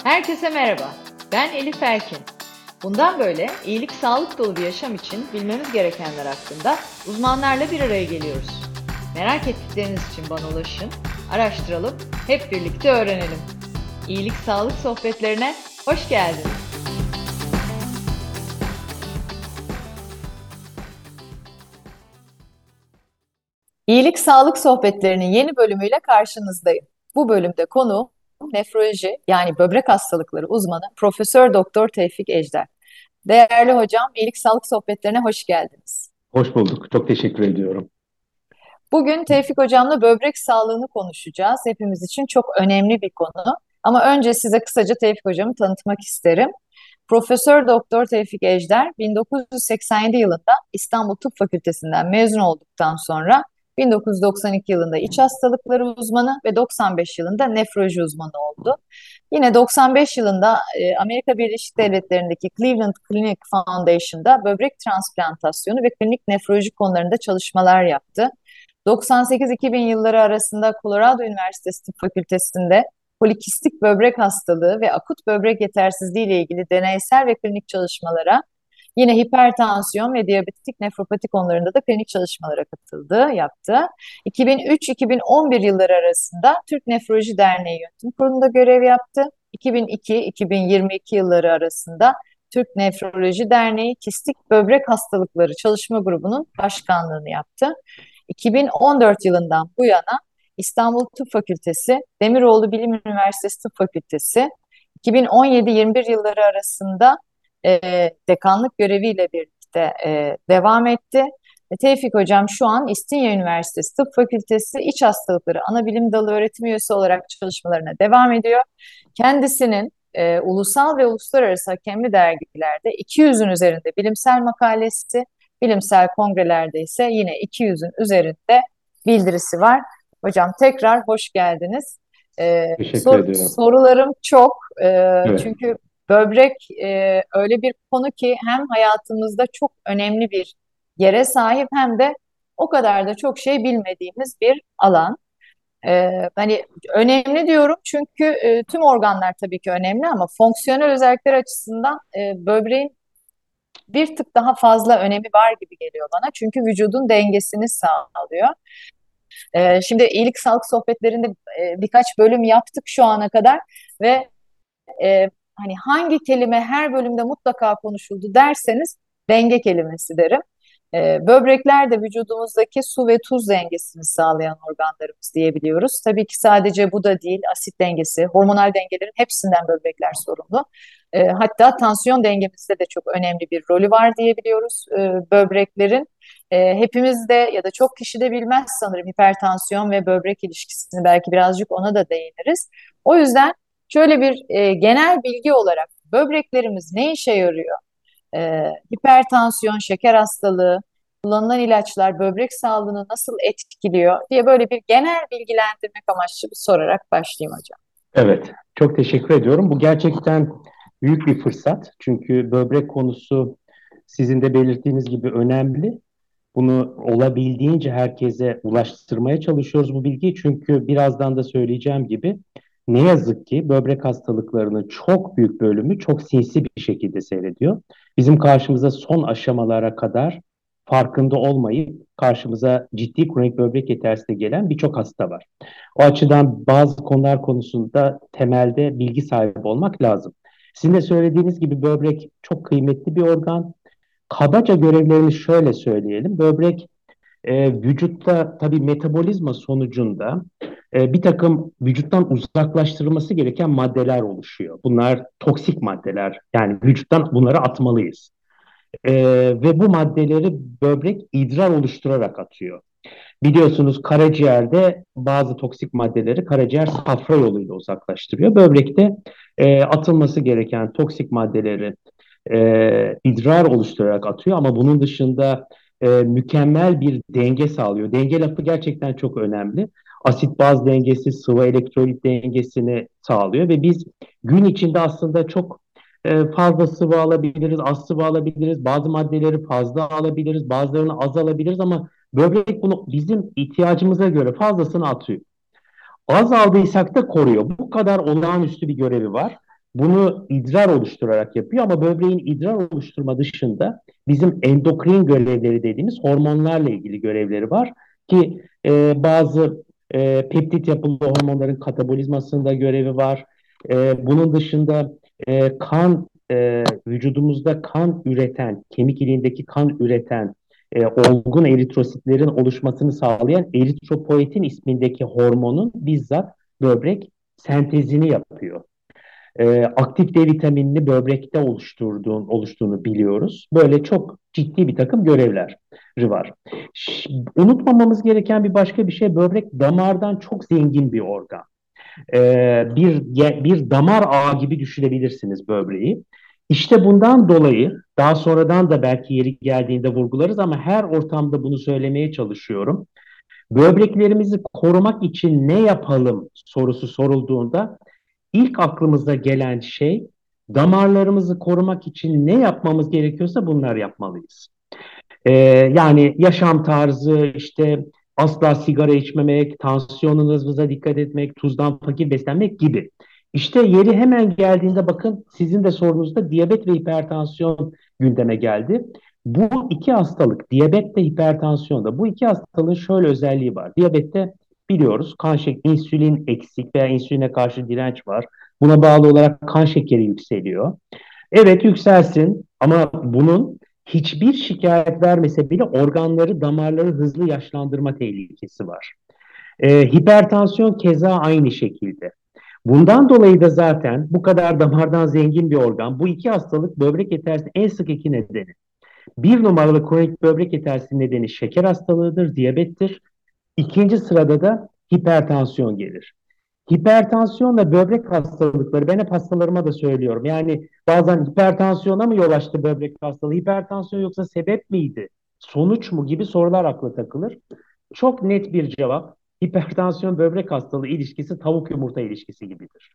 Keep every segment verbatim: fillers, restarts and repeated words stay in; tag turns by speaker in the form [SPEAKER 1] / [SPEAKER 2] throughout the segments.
[SPEAKER 1] Herkese merhaba. Ben Elif Erkin. Bundan böyle iyilik, sağlık dolu bir yaşam için bilmemiz gerekenler hakkında uzmanlarla bir araya geliyoruz. Merak ettikleriniz için bana ulaşın, araştıralım, hep birlikte öğrenelim. İyilik, sağlık sohbetlerine hoş geldiniz. İyilik Sağlık Sohbetleri'nin yeni bölümüyle karşınızdayım. Bu bölümde konu nefroloji yani böbrek hastalıkları uzmanı Profesör Doktor Tevfik Ejder. Değerli hocam, İyilik Sağlık Sohbetlerine hoş geldiniz.
[SPEAKER 2] Hoş bulduk. Çok teşekkür ediyorum.
[SPEAKER 1] Bugün Tevfik hocamla böbrek sağlığını konuşacağız. Hepimiz için çok önemli bir konu. Ama önce size kısaca Tevfik hocamı tanıtmak isterim. Profesör Doktor Tevfik Ejder bin dokuz yüz seksen yedi yılında İstanbul Tıp Fakültesinden mezun olduktan sonra bin dokuz yüz doksan iki yılında iç hastalıkları uzmanı ve doksan beş yılında nefroloji uzmanı oldu. Yine doksan beş yılında e, Amerika Birleşik Devletleri'ndeki Cleveland Clinic Foundation'da böbrek transplantasyonu ve klinik nefroloji konularında çalışmalar yaptı. doksan sekiz iki bin yılları arasında Colorado Üniversitesi Tıp Fakültesi'nde polikistik böbrek hastalığı ve akut böbrek yetersizliği ile ilgili deneysel ve klinik çalışmalara, yine hipertansiyon ve diyabetik nefropati konularında da klinik çalışmalara katıldı, yaptı. iki bin üç iki bin on bir yılları arasında Türk Nefroloji Derneği Yönetim Kurulu'nda görev yaptı. iki bin iki iki bin yirmi iki yılları arasında Türk Nefroloji Derneği Kistik Böbrek Hastalıkları Çalışma Grubu'nun başkanlığını yaptı. iki bin on dört yılından bu yana İstanbul Tıp Fakültesi, Demiroğlu Bilim Üniversitesi Tıp Fakültesi, iki bin on yedi yirmi bir yılları arasında e, dekanlık göreviyle birlikte e, devam etti. E, Tevfik Hocam şu an İstinye Üniversitesi Tıp Fakültesi İç Hastalıkları Anabilim Dalı öğretim üyesi olarak çalışmalarına devam ediyor. Kendisinin e, ulusal ve uluslararası hakemli dergilerde iki yüzün üzerinde bilimsel makalesi, bilimsel kongrelerde ise yine iki yüzün üzerinde bildirisi var. Hocam tekrar hoş geldiniz. Ee,
[SPEAKER 2] Teşekkür
[SPEAKER 1] sor-
[SPEAKER 2] ediyorum.
[SPEAKER 1] sorularım çok. Ee,
[SPEAKER 2] Evet,
[SPEAKER 1] çünkü böbrek e, öyle bir konu ki hem hayatımızda çok önemli bir yere sahip hem de o kadar da çok şey bilmediğimiz bir alan. Ee, hani önemli diyorum çünkü e, tüm organlar tabii ki önemli ama fonksiyonel özellikler açısından e, böbreğin bir tık daha fazla önemi var gibi geliyor bana. Çünkü vücudun dengesini sağlıyor. Ee, şimdi iyilik sağlık sohbetlerinde e, birkaç bölüm yaptık şu ana kadar ve e, hani hangi kelime her bölümde mutlaka konuşuldu derseniz denge kelimesi derim. E, böbrekler de vücudumuzdaki su ve tuz dengesini sağlayan organlarımız diyebiliyoruz. Tabii ki sadece bu da değil, asit dengesi, hormonal dengelerin hepsinden böbrekler sorumlu. E, hatta tansiyon dengemizde de çok önemli bir rolü var diyebiliyoruz e, böbreklerin. E, hepimizde ya da çok kişi de bilmez sanırım hipertansiyon ve böbrek ilişkisini, belki birazcık ona da değiniriz. O yüzden şöyle bir e, genel bilgi olarak böbreklerimiz ne işe yarıyor? E, hipertansiyon, şeker hastalığı, kullanılan ilaçlar böbrek sağlığını nasıl etkiliyor diye böyle bir genel bilgilendirmek amaçlı bir sorarak başlayayım hocam.
[SPEAKER 2] evet. Çok teşekkür ediyorum. Bu gerçekten büyük bir fırsat. Çünkü böbrek konusu sizin de belirttiğiniz gibi önemli. Bunu olabildiğince herkese ulaştırmaya çalışıyoruz bu bilgiyi. Çünkü birazdan da söyleyeceğim gibi ne yazık ki böbrek hastalıklarının çok büyük bölümü çok sinsi bir şekilde seyrediyor. Bizim karşımıza son aşamalara kadar farkında olmayıp karşımıza ciddi kronik böbrek yetersizliği gelen birçok hasta var. O açıdan bazı konular konusunda temelde bilgi sahibi olmak lazım. Sizin de söylediğiniz gibi böbrek çok kıymetli bir organ. Kabaca görevlerini şöyle söyleyelim. Böbrek e, vücutta tabii metabolizma sonucunda e, bir takım vücuttan uzaklaştırılması gereken maddeler oluşuyor. Bunlar toksik maddeler. Yani vücuttan bunları atmalıyız. E, ve bu maddeleri böbrek idrar oluşturarak atıyor. Biliyorsunuz karaciğerde bazı toksik maddeleri karaciğer safra yoluyla uzaklaştırıyor. Böbrekte e, atılması gereken toksik maddeleri e, idrar oluşturarak atıyor ama bunun dışında e, mükemmel bir denge sağlıyor. Denge lafı gerçekten çok önemli. Asit baz dengesi, sıvı elektrolit dengesini sağlıyor ve biz gün içinde aslında çok e, fazla sıvı alabiliriz, az sıvı alabiliriz, bazı maddeleri fazla alabiliriz, bazılarını az alabiliriz ama böbrek bunu bizim ihtiyacımıza göre fazlasını atıyor. Az aldıysak da koruyor. Bu kadar olağanüstü bir görevi var. Bunu idrar oluşturarak yapıyor ama böbreğin idrar oluşturma dışında bizim endokrin görevleri dediğimiz hormonlarla ilgili görevleri var ki e, bazı e, peptit yapılı hormonların katabolizmasında görevi var. E, bunun dışında e, kan e, vücudumuzda kan üreten, kemik iliğindeki kan üreten e, olgun eritrositlerin oluşmasını sağlayan eritropoietin ismindeki hormonun bizzat böbrek sentezini yapıyor. E, aktif D vitaminini böbrekte oluşturduğun, oluştuğunu biliyoruz. Böyle çok ciddi bir takım görevleri var. Ş- unutmamamız gereken bir başka bir şey, böbrek damardan çok zengin bir organ. E, bir bir damar ağı gibi düşünebilirsiniz böbreği. İşte bundan dolayı daha sonradan da belki yeri geldiğinde vurgularız ama her ortamda bunu söylemeye çalışıyorum. Böbreklerimizi korumak için ne yapalım sorusu sorulduğunda İlk aklımıza gelen şey damarlarımızı korumak için ne yapmamız gerekiyorsa bunlar yapmalıyız. Ee, yani yaşam tarzı işte asla sigara içmemek, tansiyonunuz'a dikkat etmek, tuzdan fakir beslenmek gibi. İşte yeri hemen geldiğinde bakın sizin de sorunuzda diyabet ve hipertansiyon gündeme geldi. Bu iki hastalık, diyabet ve hipertansiyonda bu iki hastalığın şöyle özelliği var. Diyabette biliyoruz kan şekeri, insülin eksik veya insüline karşı direnç var. Buna bağlı olarak kan şekeri yükseliyor. Evet yükselsin ama bunun hiçbir şikayet vermese bile organları, damarları hızlı yaşlandırma tehlikesi var. Ee, hipertansiyon keza aynı şekilde. Bundan dolayı da zaten bu kadar damardan zengin bir organ. Bu iki hastalık böbrek yetersizliğinin en sık iki nedeni. Bir numaralı kronik böbrek yetersizliği nedeni şeker hastalığıdır, diyabettir. İkinci sırada da hipertansiyon gelir. Hipertansiyonla böbrek hastalıkları ben hep hastalarıma da söylüyorum. Yani bazen hipertansiyona mı yol açtı böbrek hastalığı? Hipertansiyon yoksa sebep miydi? Sonuç mu gibi sorular akla takılır. Çok net bir cevap. Hipertansiyon böbrek hastalığı ilişkisi tavuk yumurta ilişkisi gibidir.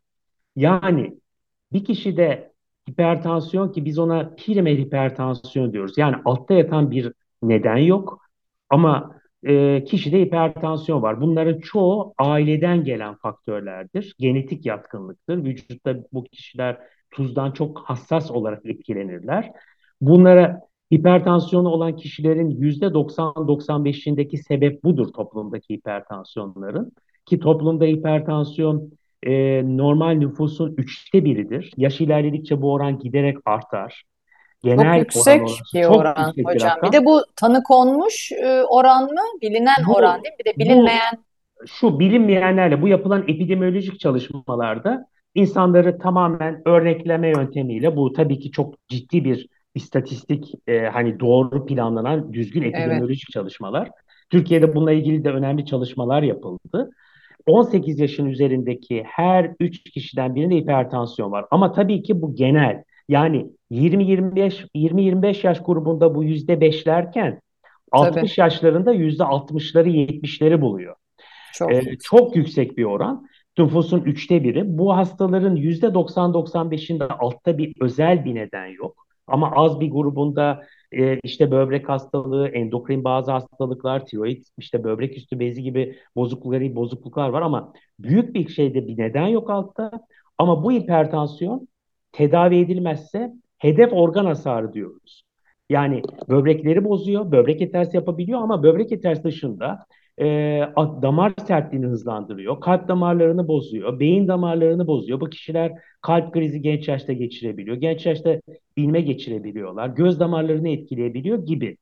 [SPEAKER 2] Yani bir kişide hipertansiyon ki biz ona primer hipertansiyon diyoruz. Yani altta yatan bir neden yok ama e, kişide hipertansiyon var. Bunların çoğu aileden gelen faktörlerdir. Genetik yatkınlıktır. Vücutta bu kişiler tuzdan çok hassas olarak etkilenirler. Bunlara hipertansiyonu olan kişilerin yüzde doksan doksan beşindeki sebep budur toplumdaki hipertansiyonların. Ki toplumda hipertansiyon e, normal nüfusun üçte biridir. Yaş ilerledikçe bu oran giderek artar.
[SPEAKER 1] Çok
[SPEAKER 2] Genel oran
[SPEAKER 1] yüksek
[SPEAKER 2] orası
[SPEAKER 1] bir
[SPEAKER 2] çok
[SPEAKER 1] oran
[SPEAKER 2] yüksek bir
[SPEAKER 1] hocam. Bir de
[SPEAKER 2] rakam.
[SPEAKER 1] bu tanı konmuş e, oran mı? Bilinen oran
[SPEAKER 2] Bu
[SPEAKER 1] değil mi? Bir de
[SPEAKER 2] bu
[SPEAKER 1] bilinmeyen.
[SPEAKER 2] şu bilinmeyenlerle bu yapılan epidemiolojik çalışmalarda insanları tamamen örnekleme yöntemiyle bu tabii ki çok ciddi bir istatistik e, hani doğru planlanan düzgün
[SPEAKER 1] Evet,
[SPEAKER 2] epidemiolojik çalışmalar. Türkiye'de bununla ilgili de önemli çalışmalar yapıldı. on sekiz yaşın üzerindeki her üç kişiden birinde hipertansiyon var. Ama tabii ki bu genel. Yani yirmi yirmi beş yirmi yirmi beş yaş grubunda bu yüzde beşlerken
[SPEAKER 1] tabii.
[SPEAKER 2] altmış yaşlarında yüzde altmışları yetmişleri buluyor.
[SPEAKER 1] Çok
[SPEAKER 2] Ee,
[SPEAKER 1] yüksek.
[SPEAKER 2] çok yüksek bir oran. Nüfusun üçte biri. Bu hastaların yüzde doksan doksan beşinde altta bir özel bir neden yok. Ama az bir grubunda e, işte böbrek hastalığı, endokrin bazı hastalıklar, tiroid, işte böbrek üstü bezi gibi bozuklukları, bozukluklar var ama büyük bir şeyde bir neden yok altta. Ama bu hipertansiyon tedavi edilmezse hedef organ hasarı diyoruz. Yani böbrekleri bozuyor, böbrek yetersiz yapabiliyor ama böbrek yetersiz dışında e, damar sertliğini hızlandırıyor, kalp damarlarını bozuyor, beyin damarlarını bozuyor. Bu kişiler kalp krizi genç yaşta geçirebiliyor, genç yaşta bilme geçirebiliyorlar, göz damarlarını etkileyebiliyor gibi.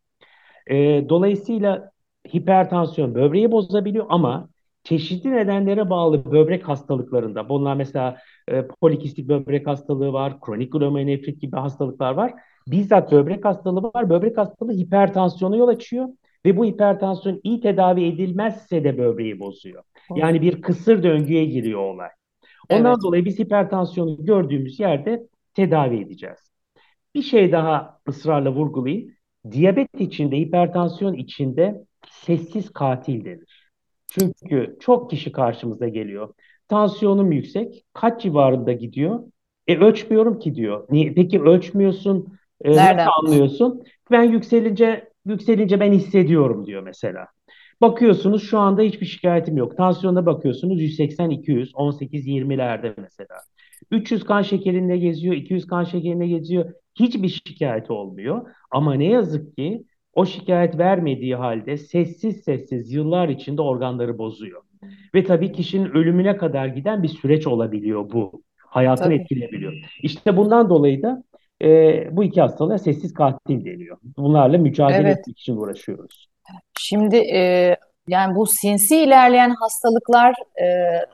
[SPEAKER 2] E, dolayısıyla hipertansiyon böbreği bozabiliyor ama çeşitli nedenlere bağlı böbrek hastalıklarında, bunlar mesela e, polikistik böbrek hastalığı var, kronik glomerulonefrit gibi hastalıklar var. Bizzat böbrek hastalığı var. Böbrek hastalığı hipertansiyona yol açıyor ve bu hipertansiyon iyi tedavi edilmezse de böbreği bozuyor. Yani
[SPEAKER 1] Bozuyor.
[SPEAKER 2] bir kısır döngüye giriyor olay. Ondan
[SPEAKER 1] Evet.
[SPEAKER 2] dolayı biz hipertansiyonu gördüğümüz yerde tedavi edeceğiz. Bir şey daha ısrarla vurgulayayım. Diyabet içinde, hipertansiyon içinde sessiz katil denir. Çünkü çok kişi karşımıza geliyor. Tansiyonum yüksek, kaç civarında gidiyor? E ölçmüyorum ki diyor. Niye? Peki ölçmüyorsun, e, nasıl
[SPEAKER 1] Nereden?
[SPEAKER 2] anlıyorsun? Ben yükselince yükselince ben hissediyorum diyor mesela. Bakıyorsunuz şu anda hiçbir şikayetim yok. Tansiyona bakıyorsunuz yüz seksen iki yüz, on sekiz yirmilerde mesela. üç yüz kan şekerinde geziyor, iki yüz kan şekerinde geziyor. Hiçbir şikayeti olmuyor. Ama ne yazık ki o şikayet vermediği halde sessiz sessiz yıllar içinde organları bozuyor. Ve tabii kişinin ölümüne kadar giden bir süreç olabiliyor bu. Hayatını
[SPEAKER 1] Tabii.
[SPEAKER 2] etkileyebiliyor. İşte bundan dolayı da e, bu iki hastalığa sessiz katil deniyor. Bunlarla mücadele
[SPEAKER 1] Evet.
[SPEAKER 2] etmek için uğraşıyoruz.
[SPEAKER 1] Şimdi e, yani bu sinsi ilerleyen hastalıklar e,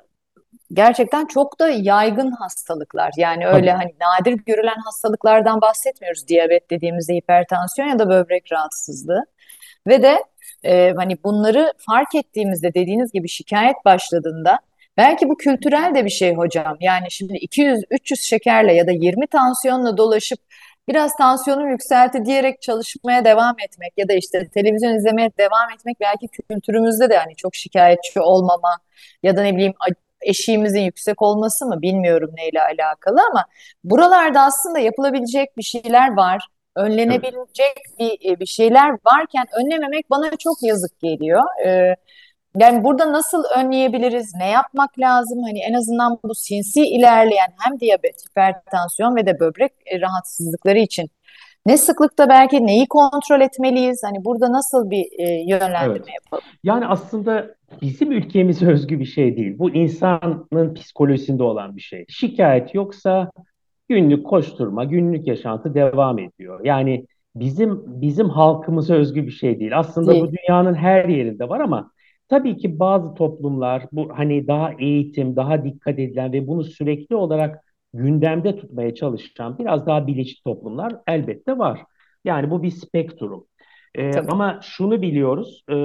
[SPEAKER 1] gerçekten çok da yaygın hastalıklar. Yani öyle
[SPEAKER 2] Tabii.
[SPEAKER 1] hani nadir görülen hastalıklardan bahsetmiyoruz. Diyabet dediğimizde hipertansiyon ya da böbrek rahatsızlığı. Ve de e, hani bunları fark ettiğimizde dediğiniz gibi şikayet başladığında belki bu kültürel de bir şey hocam. Yani şimdi iki yüz üç yüz şekerle ya da yirmi tansiyonla dolaşıp biraz tansiyonum yükselti diyerek çalışmaya devam etmek ya da işte televizyon izlemeye devam etmek belki kültürümüzde de hani çok şikayetçi olmama ya da ne bileyim eşiğimizin yüksek olması mı bilmiyorum neyle alakalı ama buralarda aslında yapılabilecek bir şeyler var,
[SPEAKER 2] Evet.
[SPEAKER 1] önlenebilecek bir, bir şeyler varken önlememek bana çok yazık geliyor. Ee, yani burada nasıl önleyebiliriz, ne yapmak lazım? Hani en azından bu sinsi ilerleyen hem diyabet, hipertansiyon ve de böbrek e, rahatsızlıkları için ne sıklıkta belki neyi kontrol etmeliyiz? Hani burada nasıl bir e,
[SPEAKER 2] Evet.
[SPEAKER 1] yönlendirme yapalım?
[SPEAKER 2] Yani aslında bizim ülkemize özgü bir şey değil. Bu insanın psikolojisinde olan bir şey. Şikayet yoksa günlük koşturma, günlük yaşantı devam ediyor. Yani bizim bizim halkımıza özgü bir şey değil. Aslında bu
[SPEAKER 1] Değil.
[SPEAKER 2] dünyanın her yerinde var ama tabii ki bazı toplumlar bu hani daha eğitim, daha dikkat edilen ve bunu sürekli olarak gündemde tutmaya çalışan biraz daha bilinçli toplumlar elbette var. Yani bu bir spektrum. Ee,
[SPEAKER 1] Tabii.
[SPEAKER 2] ama şunu biliyoruz, e,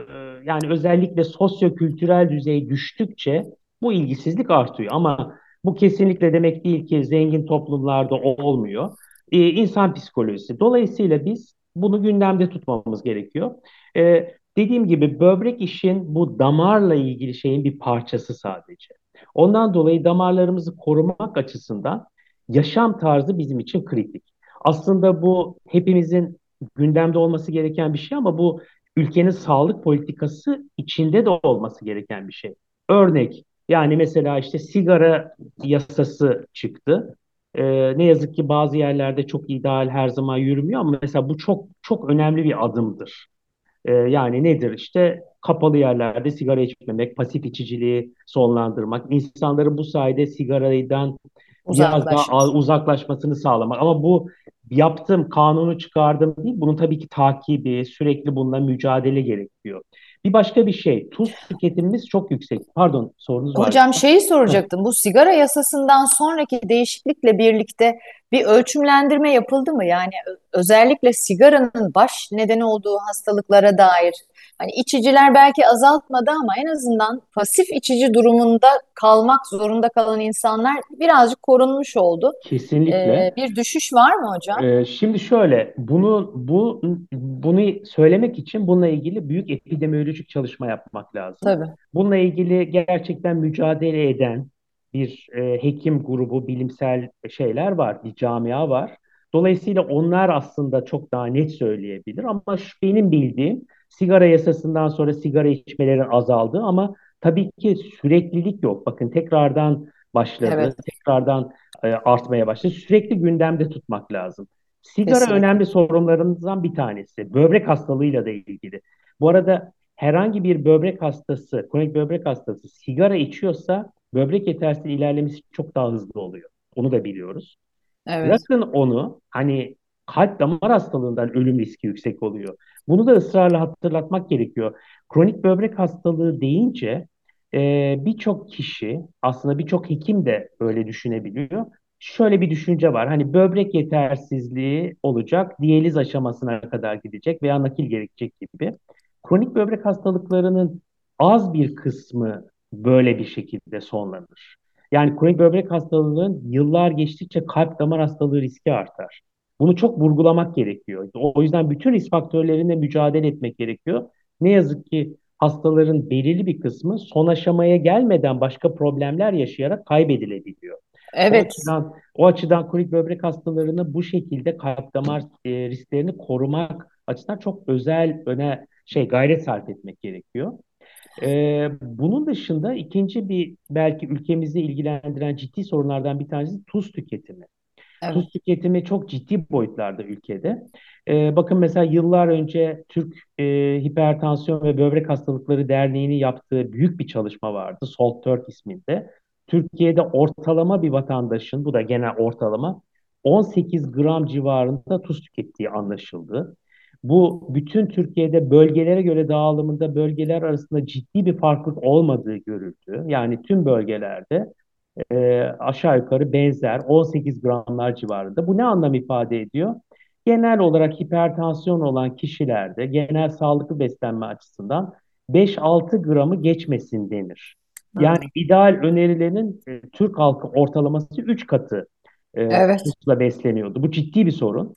[SPEAKER 2] yani özellikle sosyokültürel düzey düştükçe bu ilgisizlik artıyor. Ama bu kesinlikle demek değil ki zengin toplumlarda olmuyor. Ee, insan psikolojisi. Dolayısıyla biz bunu gündemde tutmamız gerekiyor. Ee, dediğim gibi böbrek işin bu damarla ilgili şeyin bir parçası sadece. Ondan dolayı damarlarımızı korumak açısından yaşam tarzı bizim için kritik. Aslında bu hepimizin gündemde olması gereken bir şey ama bu ülkenin sağlık politikası içinde de olması gereken bir şey. Örnek yani mesela işte sigara yasası çıktı. Ee, ne yazık ki bazı yerlerde çok ideal her zaman yürümüyor ama mesela bu çok çok önemli bir adımdır. Ee, yani nedir işte kapalı yerlerde sigara içmemek, pasif içiciliği sonlandırmak, insanların bu sayede sigaradan biraz daha a-
[SPEAKER 1] Uzaklaşması.
[SPEAKER 2] uzaklaşmasını sağlamak. Ama bu yaptım, kanunu çıkardım değil. Bunun tabii ki takibi, sürekli bununla mücadele gerekiyor. Bir başka bir şey, tuz tüketimimiz çok yüksek. Pardon, sorunuz var
[SPEAKER 1] Hocam
[SPEAKER 2] mı?
[SPEAKER 1] şeyi
[SPEAKER 2] Heh.
[SPEAKER 1] soracaktım. Bu sigara yasasından sonraki değişiklikle birlikte bir ölçümlendirme yapıldı mı? Yani ö- özellikle sigaranın baş nedeni olduğu hastalıklara dair. Hani içiciler belki azaltmadı ama en azından pasif içici durumunda kalmak zorunda kalan insanlar birazcık korunmuş oldu.
[SPEAKER 2] Kesinlikle.
[SPEAKER 1] Ee, bir düşüş var mı hocam?
[SPEAKER 2] Ee, şimdi şöyle, bunu bu bunu söylemek için bununla ilgili büyük epidemiolojik çalışma yapmak lazım.
[SPEAKER 1] Tabii.
[SPEAKER 2] Bununla ilgili gerçekten mücadele eden bir e, hekim grubu, bilimsel şeyler var, bir camia var. Dolayısıyla onlar aslında çok daha net söyleyebilir ama şu benim bildiğim sigara yasasından sonra sigara içmelerin azaldı ama tabii ki süreklilik yok. Bakın tekrardan başladı,
[SPEAKER 1] Evet,
[SPEAKER 2] tekrardan e, artmaya başladı. Sürekli gündemde tutmak lazım. Sigara
[SPEAKER 1] kesinlikle.
[SPEAKER 2] önemli sorunlarımızdan bir tanesi. Böbrek hastalığıyla da ilgili. Bu arada herhangi bir böbrek hastası, kronik böbrek hastası sigara içiyorsa böbrek yetersizliğinin ilerlemesi çok daha hızlı oluyor. Onu da biliyoruz.
[SPEAKER 1] Evet,
[SPEAKER 2] Bırakın onu hani kalp damar hastalığından ölüm riski yüksek oluyor. Bunu da ısrarla hatırlatmak gerekiyor. Kronik böbrek hastalığı deyince e, birçok kişi aslında birçok hekim de öyle düşünebiliyor. Şöyle bir düşünce var. Hani böbrek yetersizliği olacak, diyaliz aşamasına kadar gidecek veya nakil gerekecek gibi. Kronik böbrek hastalıklarının az bir kısmı böyle bir şekilde sonlanır. Yani kronik böbrek hastalığının yıllar geçtikçe kalp damar hastalığı riski artar. Bunu çok vurgulamak gerekiyor. O yüzden bütün risk faktörleriyle mücadele etmek gerekiyor. Ne yazık ki hastaların belirli bir kısmı son aşamaya gelmeden başka problemler yaşayarak kaybedilebiliyor. O
[SPEAKER 1] evet.
[SPEAKER 2] açıdan o açıdan kronik böbrek hastalarını bu şekilde kalp damar e, risklerini korumak açısından çok özel öne şey gayret sarf etmek gerekiyor. Ee, bunun dışında ikinci bir belki ülkemizi ilgilendiren ciddi sorunlardan bir tanesi tuz tüketimi.
[SPEAKER 1] Evet,
[SPEAKER 2] Tuz tüketimi çok ciddi boyutlarda ülkede. Ee, bakın mesela yıllar önce Türk e, Hipertansiyon ve Böbrek Hastalıkları Derneği'nin yaptığı büyük bir çalışma vardı. SALT dört isminde. Türkiye'de ortalama bir vatandaşın, bu da genel ortalama, on sekiz gram civarında tuz tükettiği anlaşıldı. Bu bütün Türkiye'de bölgelere göre dağılımında bölgeler arasında ciddi bir farklılık olmadığı görüldü. Yani tüm bölgelerde e, aşağı yukarı benzer on sekiz gramlar civarında. Bu ne anlam ifade ediyor? Genel olarak hipertansiyon olan kişilerde genel sağlıklı beslenme açısından beş altı gramı geçmesin denir. Yani
[SPEAKER 1] hmm,
[SPEAKER 2] ideal önerilerin e, Türk halkı ortalaması üç katı e,
[SPEAKER 1] evet,
[SPEAKER 2] tuzla besleniyordu. Bu ciddi bir sorun.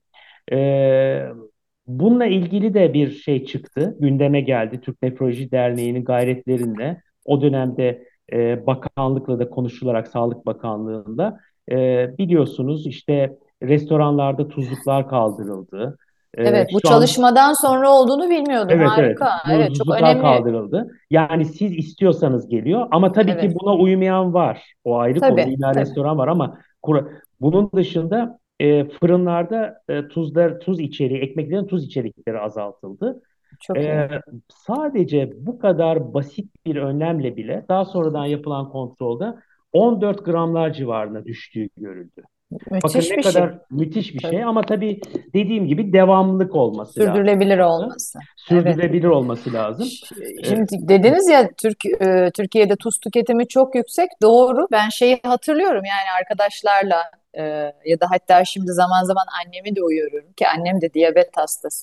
[SPEAKER 2] E, Bununla ilgili de bir şey çıktı, gündeme geldi. Türk Nefroloji Derneği'nin gayretlerinle o dönemde e, bakanlıkla da konuşularak Sağlık Bakanlığı'nda e, biliyorsunuz işte restoranlarda tuzluklar kaldırıldı. E,
[SPEAKER 1] evet. Bu
[SPEAKER 2] şu an
[SPEAKER 1] çalışmadan sonra olduğunu bilmiyordum.
[SPEAKER 2] evet evet
[SPEAKER 1] Harika. Evet, çok
[SPEAKER 2] buzluklar
[SPEAKER 1] önemli.
[SPEAKER 2] kaldırıldı. Yani siz istiyorsanız geliyor ama tabii ki
[SPEAKER 1] Evet,
[SPEAKER 2] buna uymayan var. O ayrı konu.
[SPEAKER 1] tabii,
[SPEAKER 2] İlla
[SPEAKER 1] tabii.
[SPEAKER 2] restoran var ama kura- bunun dışında e, fırınlarda e, tuzlar, tuz içeriği, ekmeklerin tuz içerikleri azaltıldı.
[SPEAKER 1] Çok iyi.
[SPEAKER 2] E, Sadece bu kadar basit bir önlemle bile daha sonradan yapılan kontrolde on dört gramlar civarına düştüğü görüldü. Bakın
[SPEAKER 1] Müthiş
[SPEAKER 2] ne
[SPEAKER 1] bir şey.
[SPEAKER 2] kadar müthiş bir şey
[SPEAKER 1] Tabii.
[SPEAKER 2] ama tabii dediğim gibi devamlılık olması lazım
[SPEAKER 1] Sürdürülebilir
[SPEAKER 2] burada.
[SPEAKER 1] olması. Evet.
[SPEAKER 2] Sürdürülebilir olması lazım.
[SPEAKER 1] Ş-
[SPEAKER 2] Ee,
[SPEAKER 1] Şimdi dediniz ya Türk e, Türkiye'de tuz tüketimi çok yüksek. Doğru. Ben şeyi hatırlıyorum yani arkadaşlarla e, ya da hatta şimdi zaman zaman annemi de uyarıyorum ki annem de diyabet hastası.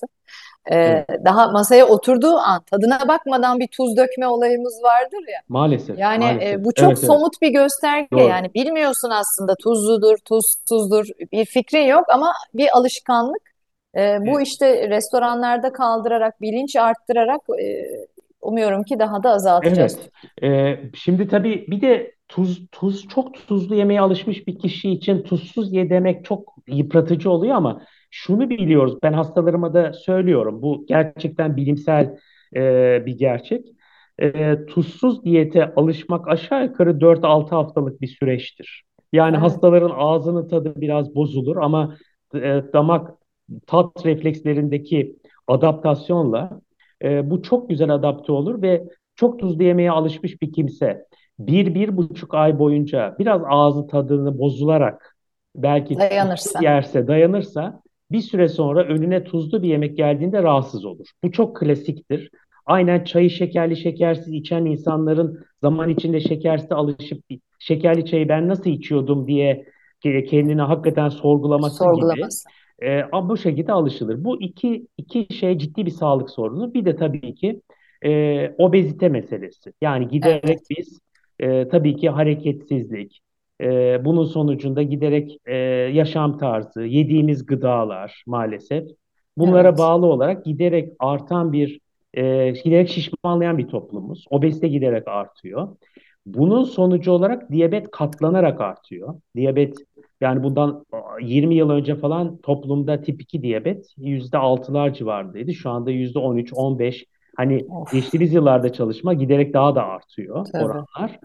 [SPEAKER 1] E,
[SPEAKER 2] evet,
[SPEAKER 1] daha masaya oturduğu an tadına bakmadan bir tuz dökme olayımız vardır ya.
[SPEAKER 2] maalesef,
[SPEAKER 1] Yani
[SPEAKER 2] maalesef.
[SPEAKER 1] e, bu çok
[SPEAKER 2] Evet, evet,
[SPEAKER 1] somut bir gösterge.
[SPEAKER 2] doğru.
[SPEAKER 1] Yani bilmiyorsun aslında tuzludur, tuzsuzdur bir fikrin yok ama bir alışkanlık. E, bu
[SPEAKER 2] Evet.
[SPEAKER 1] işte restoranlarda kaldırarak, bilinç arttırarak e, umuyorum ki daha da azaltacağız.
[SPEAKER 2] Evet. Ee, şimdi tabii bir de tuz tuz çok tuzlu yemeye alışmış bir kişi için tuzsuz ye demek çok yıpratıcı oluyor ama şunu biliyoruz. Ben hastalarıma da söylüyorum. Bu gerçekten bilimsel e, bir gerçek. E, tuzsuz diyete alışmak aşağı yukarı dört altı haftalık bir süreçtir. Yani
[SPEAKER 1] Evet,
[SPEAKER 2] hastaların ağzının tadı biraz bozulur ama e, damak tat reflekslerindeki adaptasyonla e, bu çok güzel adapte olur ve çok tuzlu yemeye alışmış bir kimse bir, bir buçuk ay boyunca biraz ağzı tadını bozularak belki tuzsuz
[SPEAKER 1] dayanırsa.
[SPEAKER 2] yerse, dayanırsa bir süre sonra önüne tuzlu bir yemek geldiğinde rahatsız olur. Bu çok klasiktir. Aynen çayı şekerli şekersiz içen insanların zaman içinde şekersiz alışıp şekerli çayı ben nasıl içiyordum diye kendini hakikaten sorgulaması gibi.
[SPEAKER 1] Sorgulaması.
[SPEAKER 2] E, ama bu şekilde alışılır. Bu iki, iki şey ciddi bir sağlık sorunu. Bir de tabii ki e, obezite meselesi. Yani giderek
[SPEAKER 1] Evet,
[SPEAKER 2] biz e, tabii ki hareketsizlik, e, bunun sonucunda giderek e, yaşam tarzı, yediğimiz gıdalar maalesef bunlara
[SPEAKER 1] evet,
[SPEAKER 2] bağlı olarak giderek artan bir, e, giderek şişmanlayan bir toplumuz. Obezite giderek artıyor. Bunun sonucu olarak diyabet katlanarak artıyor. Diyabet yani bundan yirmi yıl önce falan toplumda tip iki diyabet yüzde altılar civarındaydı. Şu anda yüzde on üç, on beş. Hani
[SPEAKER 1] of,
[SPEAKER 2] geçtiğimiz yıllarda çalışma giderek daha da artıyor
[SPEAKER 1] tabii,
[SPEAKER 2] oranlar.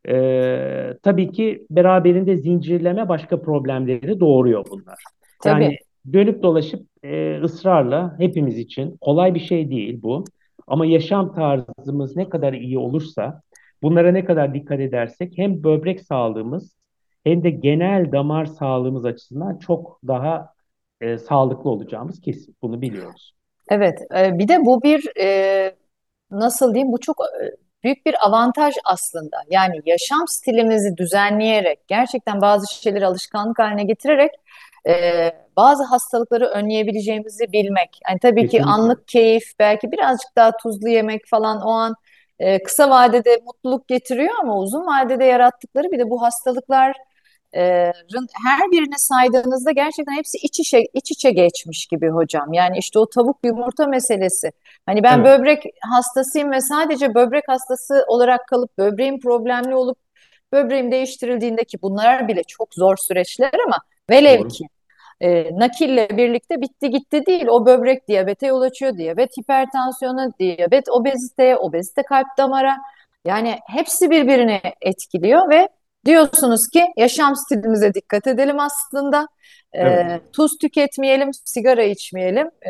[SPEAKER 2] Ee, tabii ki beraberinde zincirleme başka problemleri doğuruyor bunlar. Yani
[SPEAKER 1] tabii.
[SPEAKER 2] dönüp dolaşıp e, ısrarla hepimiz için kolay bir şey değil bu. Ama yaşam tarzımız ne kadar iyi olursa, bunlara ne kadar dikkat edersek hem böbrek sağlığımız hem de genel damar sağlığımız açısından çok daha e, sağlıklı olacağımız kesin. Bunu biliyoruz.
[SPEAKER 1] Evet, e, bir de bu bir e, nasıl diyeyim bu çok e, büyük bir avantaj aslında. Yani yaşam stilimizi düzenleyerek gerçekten bazı şeyleri alışkanlık haline getirerek e, bazı hastalıkları önleyebileceğimizi bilmek. Yani tabii ki
[SPEAKER 2] Kesinlikle.
[SPEAKER 1] anlık keyif belki birazcık daha tuzlu yemek falan o an e, kısa vadede mutluluk getiriyor ama uzun vadede yarattıkları bir de bu hastalıklar e, her birini saydığınızda gerçekten hepsi iç içe, iç içe geçmiş gibi hocam. Yani işte o tavuk yumurta meselesi. Hani ben
[SPEAKER 2] Evet,
[SPEAKER 1] böbrek hastasıyım ve sadece böbrek hastası olarak kalıp böbreğim problemli olup böbreğim değiştirildiğinde ki bunlar bile çok zor süreçler ama velev
[SPEAKER 2] doğru.
[SPEAKER 1] ki E, nakille birlikte bitti gitti değil. O böbrek diyabete yol açıyor, diyabet hipertansiyona, diyabet obeziteye, obezite kalp damara. Yani hepsi birbirini etkiliyor ve diyorsunuz ki yaşam stilimize dikkat edelim aslında.
[SPEAKER 2] Evet.
[SPEAKER 1] E, tuz tüketmeyelim, sigara içmeyelim, e,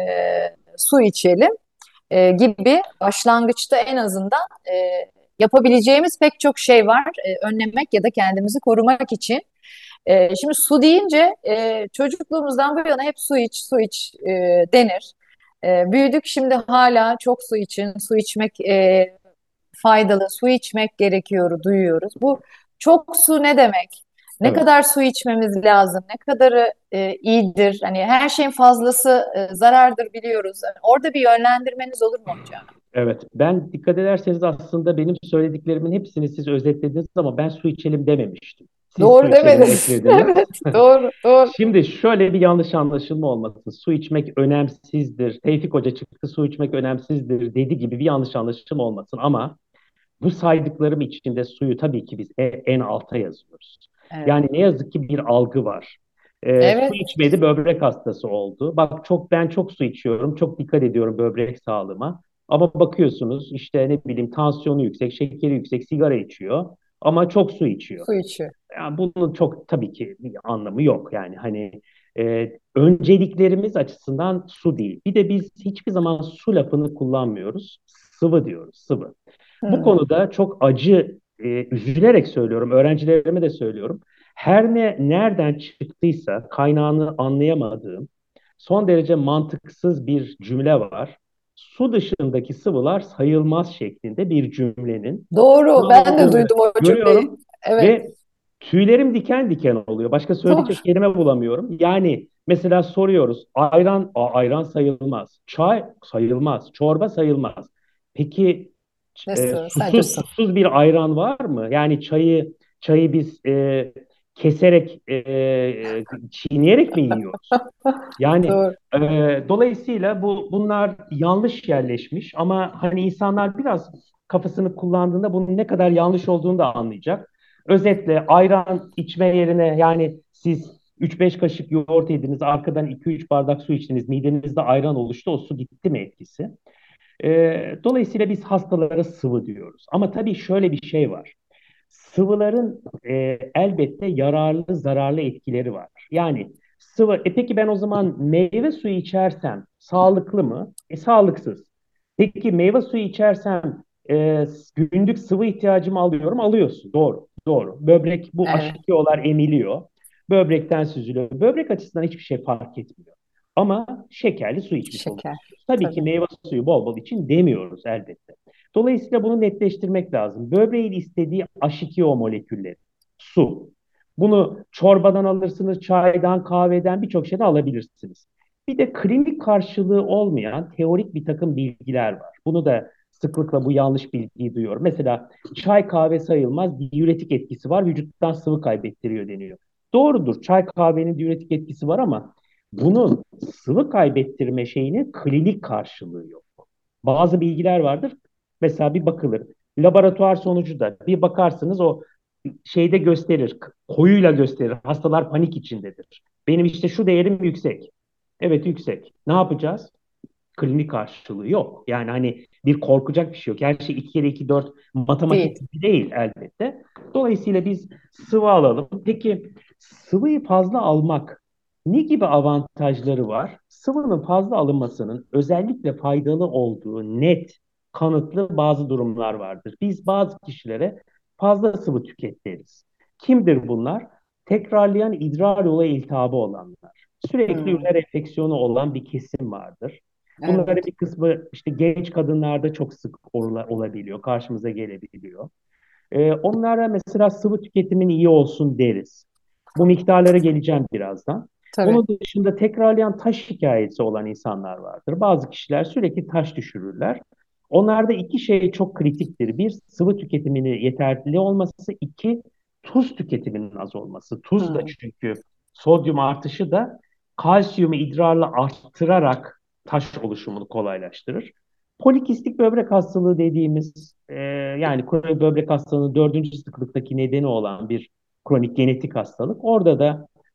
[SPEAKER 1] su içelim e, gibi başlangıçta en azından e, yapabileceğimiz pek çok şey var e, önlemek ya da kendimizi korumak için. E, şimdi su deyince e, çocukluğumuzdan bu yana hep su iç, su iç e, denir. E, büyüdük şimdi hala çok su için, su içmek e, faydalı, su içmek gerekiyor, duyuyoruz. Bu çok su ne demek? Ne
[SPEAKER 2] Evet.
[SPEAKER 1] kadar su içmemiz lazım? Ne kadarı e, iyidir? Hani her şeyin fazlası e, zarardır biliyoruz. Yani orada bir yönlendirmeniz olur mu hocam?
[SPEAKER 2] Evet, ben dikkat ederseniz aslında benim söylediklerimin hepsini siz özetlediniz ama ben su içelim dememiştim. Siz su
[SPEAKER 1] Doğru
[SPEAKER 2] içelim
[SPEAKER 1] demediniz.
[SPEAKER 2] eklediniz.
[SPEAKER 1] Evet, doğru, doğru.
[SPEAKER 2] Şimdi şöyle bir yanlış anlaşılma olmasın. Su içmek önemsizdir. Tevfik Hoca çıktı, su içmek önemsizdir dedi gibi bir yanlış anlaşılma olmasın. Ama bu saydıklarım içinde suyu tabii ki biz e- en alta yazıyoruz.
[SPEAKER 1] Evet.
[SPEAKER 2] Yani ne yazık ki bir algı var. Ee, su
[SPEAKER 1] Evet,
[SPEAKER 2] içmedi, böbrek hastası oldu. Bak çok ben çok su içiyorum, çok dikkat ediyorum böbrek sağlığıma. Ama bakıyorsunuz işte ne bileyim tansiyonu yüksek, şekeri yüksek, sigara içiyor ama çok su içiyor.
[SPEAKER 1] su içiyor.
[SPEAKER 2] Yani bunun çok tabii ki bir anlamı yok. Yani hani e, önceliklerimiz açısından su değil. Bir de biz hiçbir zaman su lafını kullanmıyoruz. Sıvı diyoruz, sıvı. Bu
[SPEAKER 1] Hmm,
[SPEAKER 2] konuda çok acı, e, üzülerek söylüyorum, öğrencilerime de söylüyorum. Her ne nereden çıktıysa kaynağını anlayamadığım son derece mantıksız bir cümle var. Su dışındaki sıvılar sayılmaz şeklinde bir cümlenin
[SPEAKER 1] doğru. Ben de
[SPEAKER 2] kullanıldığını
[SPEAKER 1] duydum o cümleyi.
[SPEAKER 2] görüyorum
[SPEAKER 1] Evet,
[SPEAKER 2] ve tüylerim diken diken oluyor. Başka
[SPEAKER 1] doğru.
[SPEAKER 2] söyleyecek kelime bulamıyorum. Yani mesela soruyoruz, ayran, a, ayran sayılmaz, çay sayılmaz, çorba sayılmaz. Peki
[SPEAKER 1] Ne
[SPEAKER 2] e,
[SPEAKER 1] su? Sadece
[SPEAKER 2] susuz
[SPEAKER 1] su.
[SPEAKER 2] susuz bir ayran var mı? Yani çayı çayı biz e, keserek e, e, çiğneyerek mi yiyoruz? Yani
[SPEAKER 1] Doğru.
[SPEAKER 2] e, dolayısıyla bu bunlar yanlış yerleşmiş ama hani insanlar biraz kafasını kullandığında bunun ne kadar yanlış olduğunu da anlayacak. Özetle ayran içme yerine yani siz üç beş kaşık yoğurt yediniz, arkadan iki üç bardak su içtiniz, midenizde ayran oluştu, o su gitti mi etkisi? E, dolayısıyla biz hastalara sıvı diyoruz. Ama tabii şöyle bir şey var. Sıvıların e, elbette yararlı zararlı etkileri var. Yani sıvı, e peki ben o zaman meyve suyu içersem sağlıklı mı? E sağlıksız. Peki meyve suyu içersem e, günlük sıvı ihtiyacımı alıyorum. Alıyorsun. Doğru. Doğru. Böbrek bu
[SPEAKER 1] Evet,
[SPEAKER 2] aşıkıyorlar emiliyor. Böbrekten süzülüyor. Böbrek açısından hiçbir şey fark etmiyor. Ama şekerli su içmiş
[SPEAKER 1] şeker.
[SPEAKER 2] oluyorsunuz. Tabii ki
[SPEAKER 1] Tabii.
[SPEAKER 2] meyve suyu bol bol için demiyoruz elbette. Dolayısıyla bunu netleştirmek lazım. Böbreğin istediği H iki O molekülleri, su. Bunu çorbadan alırsınız, çaydan, kahveden birçok şeyden alabilirsiniz. Bir de klinik karşılığı olmayan teorik bir takım bilgiler var. Bunu da sıklıkla bu yanlış bilgiyi duyuyorum. Mesela çay kahve sayılmaz, diüretik etkisi var, vücuttan sıvı kaybettiriyor deniyor. Doğrudur, çay kahvenin diüretik etkisi var ama bunun sıvı kaybettirme şeyinin klinik karşılığı yok. Bazı bilgiler vardır. Mesela bir bakılır. Laboratuvar sonucu da bir bakarsınız o şeyde gösterir. Koyuyla gösterir. Hastalar panik içindedir. Benim işte şu değerim yüksek. Evet yüksek. Ne yapacağız? Klinik karşılığı yok. Yani hani bir korkacak bir şey yok. Her şey iki kere iki dört
[SPEAKER 1] Değil.
[SPEAKER 2] matematik gibi değil elbette. Dolayısıyla biz sıvı alalım. Peki sıvıyı fazla almak ne gibi avantajları var? Sıvının fazla alınmasının özellikle faydalı olduğu net, kanıtlı bazı durumlar vardır. Biz bazı kişilere fazla sıvı tüketiriz. Kimdir bunlar? Tekrarlayan idrar yolu iltihabı olanlar. Sürekli
[SPEAKER 1] Hmm,
[SPEAKER 2] üriner enfeksiyonu olan bir kesim vardır. Bunların
[SPEAKER 1] evet.
[SPEAKER 2] bir kısmı işte genç kadınlarda çok sık olabiliyor, karşımıza gelebiliyor. Ee, onlara mesela sıvı tüketimin iyi olsun deriz. Bu miktarlara geleceğim birazdan.
[SPEAKER 1] Tabii.
[SPEAKER 2] Onun dışında tekrarlayan taş hikayesi olan insanlar vardır. Bazı kişiler sürekli taş düşürürler. Onlarda iki şey çok kritiktir. Bir, sıvı tüketiminin yeterli olması. İki, tuz tüketiminin az olması. Tuz da
[SPEAKER 1] Hmm,
[SPEAKER 2] çünkü sodyum artışı da kalsiyumu idrarla arttırarak taş oluşumunu kolaylaştırır. Polikistik böbrek hastalığı dediğimiz e, yani kronik böbrek hastalığının dördüncü sıklıktaki nedeni olan bir kronik genetik hastalık. Orada da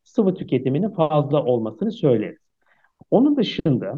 [SPEAKER 2] sıvı tüketiminin fazla olmasını söyleriz. Onun dışında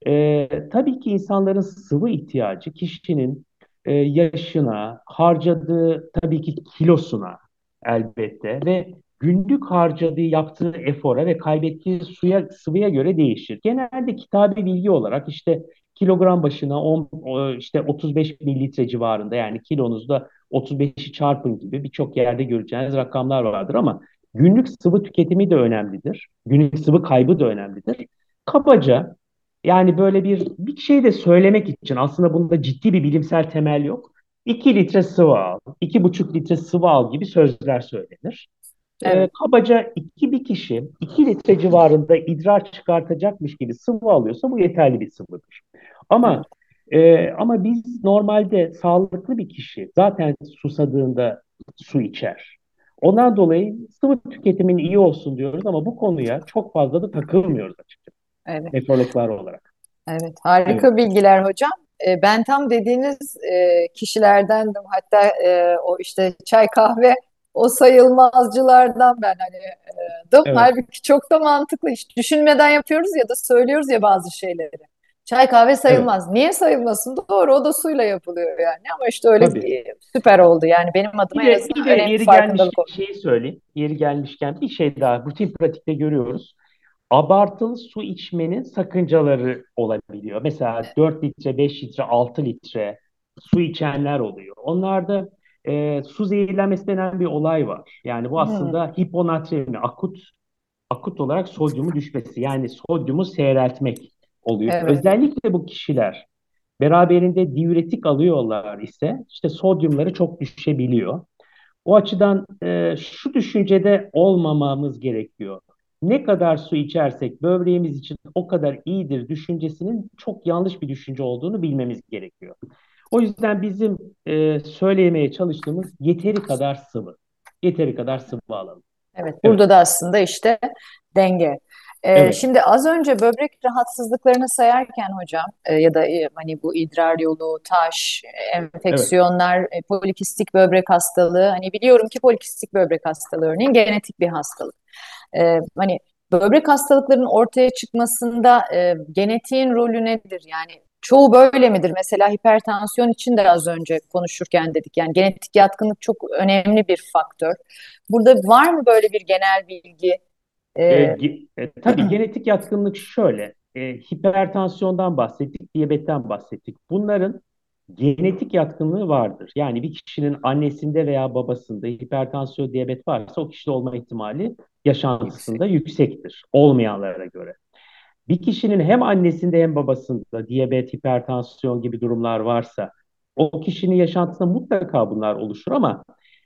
[SPEAKER 2] e, tabii ki insanların sıvı ihtiyacı kişinin e, yaşına, harcadığı tabii ki kilosuna elbette ve günlük harcadığı, yaptığı efora ve kaybettiği suya, sıvıya göre değişir. Genelde kitabi bilgi olarak işte kilogram başına on, o, işte otuz beş mililitre civarında, yani kilonuzda otuz beşi çarpın gibi birçok yerde göreceğiniz rakamlar vardır ama günlük sıvı tüketimi de önemlidir. Günlük sıvı kaybı da önemlidir. Kabaca, yani böyle bir bir şey de söylemek için, aslında bunda ciddi bir bilimsel temel yok. iki litre sıvı al, iki buçuk litre sıvı al gibi sözler söylenir. Ee,
[SPEAKER 1] Evet,
[SPEAKER 2] kabaca iki bir kişi iki litre civarında idrar çıkartacakmış gibi sıvı alıyorsa bu yeterli bir sıvıdır. Ama
[SPEAKER 1] evet.
[SPEAKER 2] e, ama biz normalde sağlıklı bir kişi zaten susadığında su içer. Ondan dolayı sıvı tüketimin iyi olsun diyoruz ama bu konuya çok fazla da takılmıyoruz açıkçası
[SPEAKER 1] Evet.
[SPEAKER 2] nefrologlar olarak.
[SPEAKER 1] Evet,
[SPEAKER 2] Evet,
[SPEAKER 1] harika bilgiler hocam. E, ben tam dediğiniz e, kişilerdendim. Hatta e, o işte çay kahve o sayılmazcılardan ben hani e, dım.
[SPEAKER 2] evet,
[SPEAKER 1] Halbuki çok da mantıklı. Hiç düşünmeden yapıyoruz ya da söylüyoruz ya bazı şeyleri. Çay kahve
[SPEAKER 2] evet.
[SPEAKER 1] sayılmaz. Niye sayılmasın? Doğru, o da suyla yapılıyor yani. Ama işte öyle
[SPEAKER 2] Tabii.
[SPEAKER 1] e, süper oldu. Yani benim adıma
[SPEAKER 2] Bir
[SPEAKER 1] en
[SPEAKER 2] de bir de
[SPEAKER 1] azından önemli bir
[SPEAKER 2] yeri
[SPEAKER 1] farkındalık
[SPEAKER 2] gelmişken
[SPEAKER 1] oldu.
[SPEAKER 2] şeyi söyleyeyim. Yeri gelmişken bir şey daha rutin pratikte görüyoruz. Abartılı su içmenin sakıncaları olabiliyor. Mesela dört litre, beş litre, altı litre su içenler oluyor. Onlarda e, su zehirlenmesi denen bir olay var. Yani bu
[SPEAKER 1] Hmm,
[SPEAKER 2] aslında hiponatremi, akut akut olarak sodyumu düşmesi, yani sodyumu seyreltmek oluyor.
[SPEAKER 1] evet.
[SPEAKER 2] Özellikle bu kişiler beraberinde diüretik alıyorlar ise işte sodyumları çok düşebiliyor. O açıdan e, şu düşüncede olmamamız gerekiyor. Ne kadar su içersek böbreğimiz için o kadar iyidir düşüncesinin çok yanlış bir düşünce olduğunu bilmemiz gerekiyor. O yüzden bizim e, söylemeye çalıştığımız yeteri kadar sıvı. Yeteri kadar sıvı alalım.
[SPEAKER 1] Evet,
[SPEAKER 2] Evet,
[SPEAKER 1] burada da aslında işte denge. Ee,
[SPEAKER 2] evet,
[SPEAKER 1] şimdi az önce böbrek rahatsızlıklarını sayarken hocam e, ya da e, hani bu idrar yolu, taş,
[SPEAKER 2] evet.
[SPEAKER 1] enfeksiyonlar, e, polikistik böbrek hastalığı. Hani biliyorum ki polikistik böbrek hastalığı örneğin genetik bir hastalık. Ee, hani böbrek hastalıklarının ortaya çıkmasında e, genetiğin rolü nedir? Yani çoğu böyle midir? Mesela hipertansiyon için de az önce konuşurken dedik. Yani genetik yatkınlık çok önemli bir faktör. Burada var mı böyle bir genel bilgi?
[SPEAKER 2] E,
[SPEAKER 1] Ee,
[SPEAKER 2] ge- e, tabii genetik yatkınlık şöyle. E, hipertansiyondan bahsettik, diyabetten bahsettik. Bunların genetik yatkınlığı vardır. Yani bir kişinin annesinde veya babasında hipertansiyon, diyabet varsa o kişide olma ihtimali
[SPEAKER 1] yüksek.
[SPEAKER 2] yaşantısında yüksektir. Olmayanlara göre. Bir kişinin hem annesinde hem babasında diyabet, hipertansiyon gibi durumlar varsa o kişinin yaşantısında mutlaka bunlar oluşur ama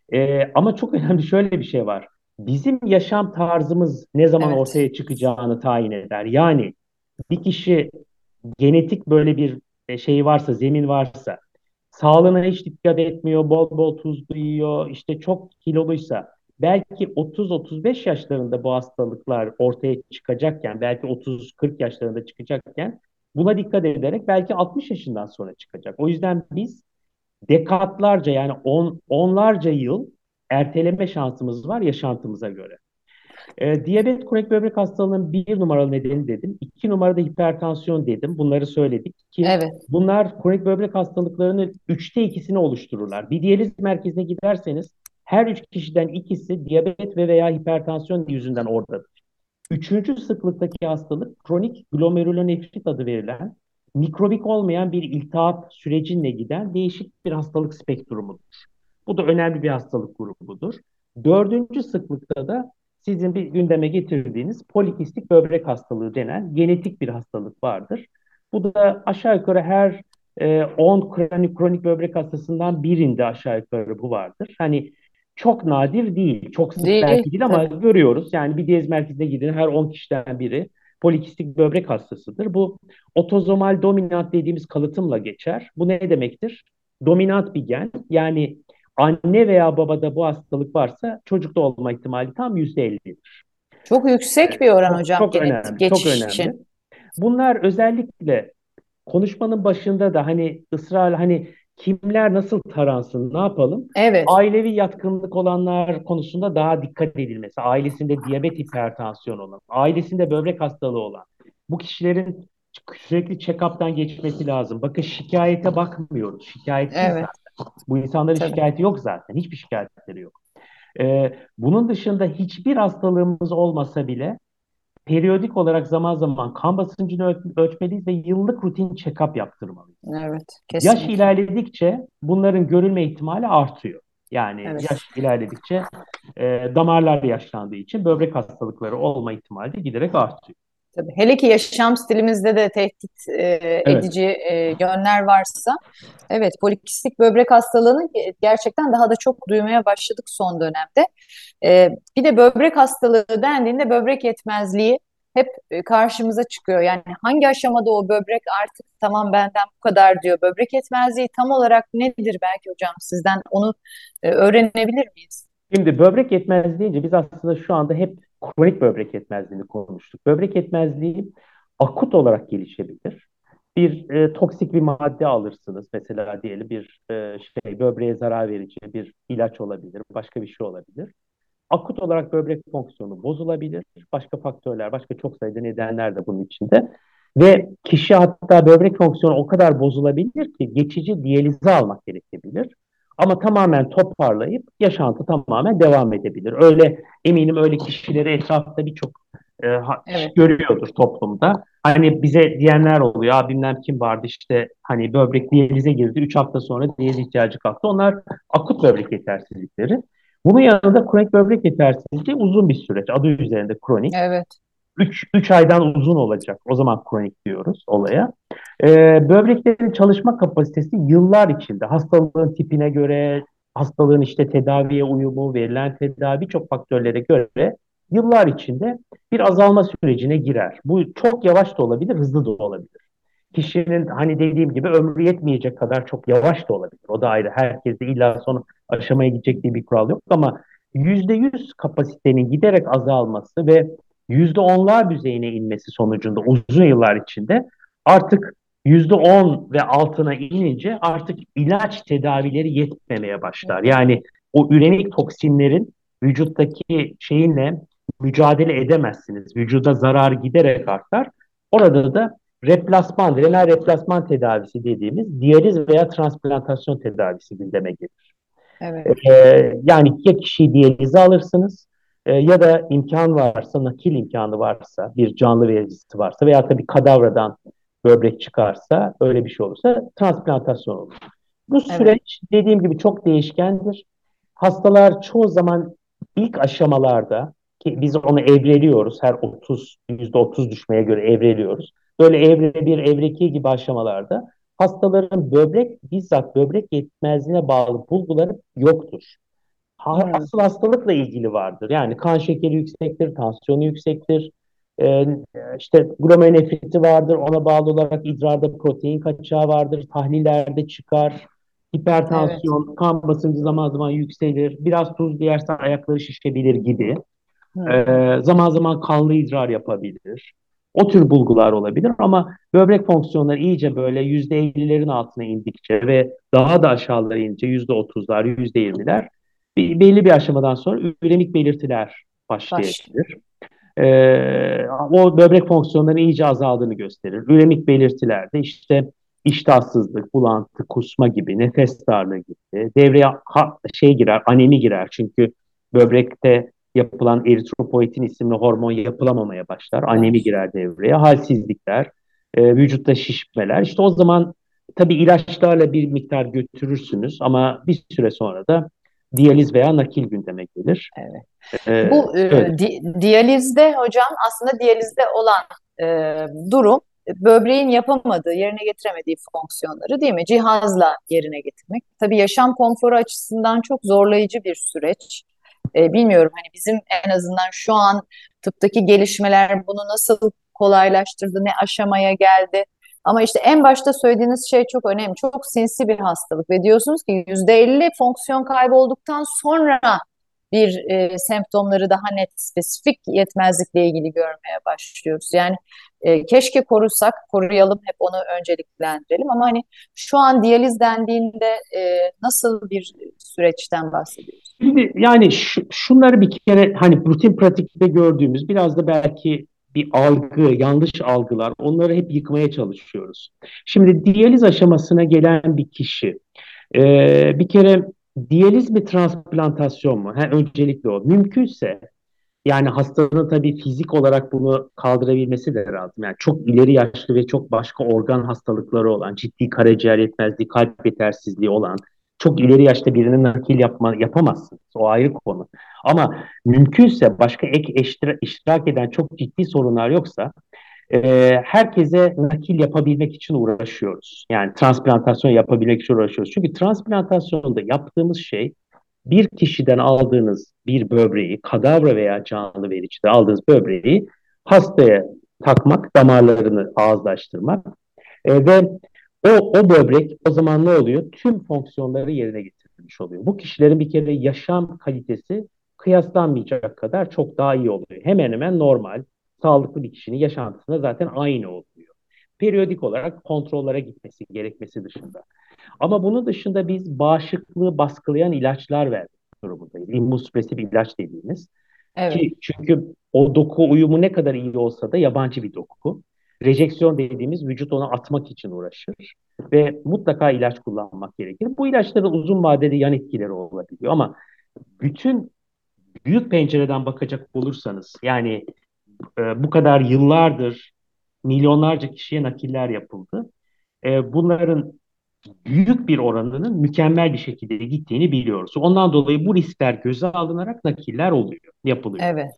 [SPEAKER 2] e, ama çok önemli şöyle bir şey var. Bizim yaşam tarzımız ne zaman
[SPEAKER 1] Evet.
[SPEAKER 2] ortaya çıkacağını tayin eder. Yani bir kişi genetik böyle bir e, şey varsa, zemin varsa, sağlığına hiç dikkat etmiyor, bol bol tuzlu yiyor, işte çok kiloluysa, belki otuz otuz beş yaşlarında bu hastalıklar ortaya çıkacakken, belki otuz kırk yaşlarında çıkacakken, buna dikkat ederek belki altmış yaşından sonra çıkacak. O yüzden biz dekatlarca, yani on, onlarca yıl erteleme şansımız var yaşantımıza göre. E, diyabet, kronik böbrek hastalığının bir numaralı nedeni dedim. İki numarada hipertansiyon dedim. Bunları söyledik ki
[SPEAKER 1] Evet.
[SPEAKER 2] bunlar kronik böbrek hastalıklarının üçte ikisini oluştururlar. Bir diyaliz merkezine giderseniz her üç kişiden ikisi diyabet ve veya hipertansiyon yüzünden oradadır. Üçüncü sıklıktaki hastalık kronik glomerulonefrit adı verilen mikrobik olmayan bir iltihap sürecinle giden değişik bir hastalık spektrumudur. Bu da önemli bir hastalık grubudur. Dördüncü sıklıkta da sizin bir gündeme getirdiğiniz polikistik böbrek hastalığı denen genetik bir hastalık vardır. Bu da aşağı yukarı her e, on kronik, kronik böbrek hastasından birinde aşağı yukarı bu vardır. Hani çok nadir değil, çok sık
[SPEAKER 1] Değil.
[SPEAKER 2] belki değil ama
[SPEAKER 1] Tabii.
[SPEAKER 2] görüyoruz. Yani bir diyaliz merkezine gidin her on kişiden biri polikistik böbrek hastasıdır. Bu otozomal dominant dediğimiz kalıtımla geçer. Bu ne demektir? Dominant bir gen, yani anne veya babada bu hastalık varsa çocukta olma ihtimali tam yüzde ellidir.
[SPEAKER 1] Çok yüksek bir oran
[SPEAKER 2] Çok
[SPEAKER 1] hocam
[SPEAKER 2] çok
[SPEAKER 1] genetik
[SPEAKER 2] önemli, çok
[SPEAKER 1] geçiş
[SPEAKER 2] önemli.
[SPEAKER 1] için.
[SPEAKER 2] Bunlar özellikle konuşmanın başında da hani ısrarla hani kimler nasıl taransın, ne yapalım?
[SPEAKER 1] Evet,
[SPEAKER 2] Ailevi yatkınlık olanlar konusunda daha dikkat edilmesi, ailesinde diyabet, hipertansiyon olan, ailesinde böbrek hastalığı olan, bu kişilerin sürekli check-up'tan geçmesi lazım. Bakın şikayete bakmıyoruz, şikayetsiz
[SPEAKER 1] evet,
[SPEAKER 2] zaten. Bu insanların
[SPEAKER 1] tabii.
[SPEAKER 2] şikayeti yok zaten, hiçbir şikayetleri yok. Ee, bunun dışında hiçbir hastalığımız olmasa bile periyodik olarak zaman zaman kan basıncını ölç- ölçmeliyiz ve yıllık rutin check-up yaptırmalıyız.
[SPEAKER 1] Evet,
[SPEAKER 2] Yaş
[SPEAKER 1] kesinlikle.
[SPEAKER 2] ilerledikçe bunların görülme ihtimali artıyor. Yani
[SPEAKER 1] Evet.
[SPEAKER 2] yaş ilerledikçe e, damarlar yaşlandığı için böbrek hastalıkları olma ihtimali de giderek artıyor.
[SPEAKER 1] Tabii. Hele ki yaşam stilimizde de tehdit e,
[SPEAKER 2] Evet.
[SPEAKER 1] edici e, yönler varsa, evet, polikistik böbrek hastalığını ge- gerçekten daha da çok duymaya başladık son dönemde. E, bir de böbrek hastalığı dendiğinde böbrek yetmezliği hep e, karşımıza çıkıyor. Yani hangi aşamada o böbrek artık tamam benden bu kadar diyor. Böbrek yetmezliği tam olarak nedir belki hocam sizden onu e, öğrenebilir miyiz?
[SPEAKER 2] Şimdi böbrek yetmezliği deyince biz aslında şu anda hep kronik böbrek yetmezliğini konuştuk. Böbrek yetmezliği akut olarak gelişebilir. Bir e, toksik bir madde alırsınız. Mesela diyelim bir e, şey böbreğe zarar verici bir ilaç olabilir, başka bir şey olabilir. Akut olarak böbrek fonksiyonu bozulabilir. Başka faktörler, başka çok sayıda nedenler de bunun içinde. Ve kişi hatta böbrek fonksiyonu o kadar bozulabilir ki geçici diyalize almak gerekebilir. Ama tamamen toparlayıp yaşantı tamamen devam edebilir. Öyle eminim öyle kişileri etrafta birçok e, kişi
[SPEAKER 1] Evet,
[SPEAKER 2] görüyordur toplumda. Hani bize diyenler oluyor. Abimden kim vardı işte hani böbrek diyalize girdi. Üç hafta sonra diyaliz ihtiyacı kalktı. Onlar akut böbrek yetersizlikleri. Bunun yanında kronik böbrek yetersizliği uzun bir süreç. Adı üzerinde kronik.
[SPEAKER 1] evet,
[SPEAKER 2] üç aydan uzun olacak. O zaman kronik diyoruz olaya. Ee, böbreklerin çalışma kapasitesi yıllar içinde hastalığın tipine göre, hastalığın işte tedaviye uyumu, verilen tedavi birçok faktörlere göre yıllar içinde bir azalma sürecine girer. Bu çok yavaş da olabilir, hızlı da olabilir. Kişinin hani dediğim gibi ömrü yetmeyecek kadar çok yavaş da olabilir. O da ayrı. Herkes de illa son aşamaya gidecek diye bir kural yok ama yüzde yüz kapasitenin giderek azalması ve yüzde onlar düzeyine inmesi sonucunda uzun yıllar içinde artık yüzde on ve altına inince artık ilaç tedavileri yetmemeye başlar. Yani o ürenik toksinlerin vücuttaki şeyinle mücadele edemezsiniz. Vücuda zarar giderek artar. Orada da replasman, renal replasman tedavisi dediğimiz diyaliz veya transplantasyon tedavisi gündeme gelir.
[SPEAKER 1] evet.
[SPEAKER 2] Ee, yani ya kişiyi diyalize alırsınız e, ya da imkan varsa, nakil imkanı varsa, bir canlı vericisi varsa veya tabii kadavradan böbrek çıkarsa, öyle bir şey olursa transplantasyon olur. Bu
[SPEAKER 1] Evet.
[SPEAKER 2] süreç dediğim gibi çok değişkendir. Hastalar çoğu zaman ilk aşamalarda ki biz onu evreliyoruz, her otuz yüzde otuz düşmeye göre evreliyoruz. Böyle evre bir, evre iki gibi aşamalarda hastaların böbrek, bizzat böbrek yetmezliğine bağlı bulguları yoktur. Ha-
[SPEAKER 1] Hmm,
[SPEAKER 2] asıl hastalıkla ilgili vardır. Yani kan şekeri yüksektir, tansiyonu yüksektir, e, işte glomerulonefriti vardır, ona bağlı olarak idrarda protein kaçağı vardır, tahlillerde çıkar,
[SPEAKER 1] evet.
[SPEAKER 2] hipertansiyon, kan basıncı zaman zaman yükselir, biraz tuz yerse ayakları şişebilir gibi.
[SPEAKER 1] Hmm,
[SPEAKER 2] Ee, zaman zaman kanlı idrar yapabilir. O tür bulgular olabilir ama böbrek fonksiyonları iyice böyle yüzde ellilerin altına indikçe ve daha da aşağılara inince yüzde otuzlar, yüzde yirmiler bir, belli bir aşamadan sonra üremik belirtiler
[SPEAKER 1] başlıyor.
[SPEAKER 2] başlayabilir. Ee, o böbrek fonksiyonlarının iyice azaldığını gösterir. Üremik belirtilerde işte iştahsızlık, bulantı, kusma gibi, nefes darlığı gibi devreye ha, şey girer, anemi girer. Çünkü böbrekte yapılan eritropoietin isimli hormon yapılamamaya başlar. Anemi
[SPEAKER 1] Baş.
[SPEAKER 2] girer devreye, halsizlikler, e, vücutta şişmeler. İşte o zaman tabii ilaçlarla bir miktar götürürsünüz ama bir süre sonra da diyaliz veya nakil gündeme gelir.
[SPEAKER 1] Evet.
[SPEAKER 2] Ee,
[SPEAKER 1] Bu e,
[SPEAKER 2] öyle.
[SPEAKER 1] di- diyalizde hocam aslında diyalizde olan e, durum böbreğin yapamadığı, yerine getiremediği fonksiyonları değil mi? Cihazla yerine getirmek. Tabii yaşam konforu açısından çok zorlayıcı bir süreç. E, bilmiyorum hani bizim en azından şu an tıptaki gelişmeler bunu nasıl kolaylaştırdı, ne aşamaya geldi. Ama işte en başta söylediğiniz şey çok önemli. Çok sinsi bir hastalık ve diyorsunuz ki yüzde elli fonksiyon kaybı olduktan sonra bir e, semptomları daha net, spesifik yetmezlikle ilgili görmeye başlıyoruz. Yani e, keşke korursak, koruyalım, hep onu önceliklendirelim. Ama hani şu an diyaliz dendiğinde e, nasıl bir süreçten bahsediyoruz?
[SPEAKER 2] Şimdi yani şu- şunları bir kere hani rutin pratikte gördüğümüz biraz da belki bir algı, yanlış algılar onları hep yıkmaya çalışıyoruz. Şimdi diyaliz aşamasına gelen bir kişi e, bir kere diyaliz mi transplantasyon mu? Ha, öncelikle o. Mümkünse yani hastanın tabii fizik olarak bunu kaldırabilmesi de lazım. Yani çok ileri yaşlı ve çok başka organ hastalıkları olan, ciddi karaciğer yetmezliği, kalp yetersizliği olan, çok ileri yaşta birinin nakil yapma, yapamazsınız. O ayrı konu. Ama mümkünse başka ek eştira, iştirak eden çok ciddi sorunlar yoksa e, herkese nakil yapabilmek için uğraşıyoruz. Yani transplantasyon yapabilmek için uğraşıyoruz. Çünkü transplantasyonda yaptığımız şey bir kişiden aldığınız bir böbreği, kadavra veya canlı vericide aldığınız böbreği hastaya takmak, damarlarını ağızlaştırmak e, ve o, o böbrek o zaman ne oluyor? Tüm fonksiyonları yerine getirmiş oluyor. Bu kişilerin bir kere yaşam kalitesi kıyaslanmayacak kadar çok daha iyi oluyor. Hemen hemen normal, sağlıklı bir kişinin yaşantısında zaten aynı oluyor. Periyodik olarak kontrollere gitmesi gerekmesi dışında. Ama bunun dışında biz bağışıklığı baskılayan ilaçlar vermek durumundayız. İmmünosüpresif ilaç dediğimiz.
[SPEAKER 1] Evet,
[SPEAKER 2] Ki çünkü o doku uyumu ne kadar iyi olsa da yabancı bir doku. Rejeksiyon dediğimiz vücut onu atmak için uğraşır ve mutlaka ilaç kullanmak gerekir. Bu ilaçların uzun vadede yan etkileri olabiliyor ama bütün büyük pencereden bakacak olursanız yani e, bu kadar yıllardır milyonlarca kişiye nakiller yapıldı. E, bunların büyük bir oranının mükemmel bir şekilde gittiğini biliyoruz. Ondan dolayı bu riskler göze alınarak nakiller oluyor, yapılıyor.
[SPEAKER 1] evet.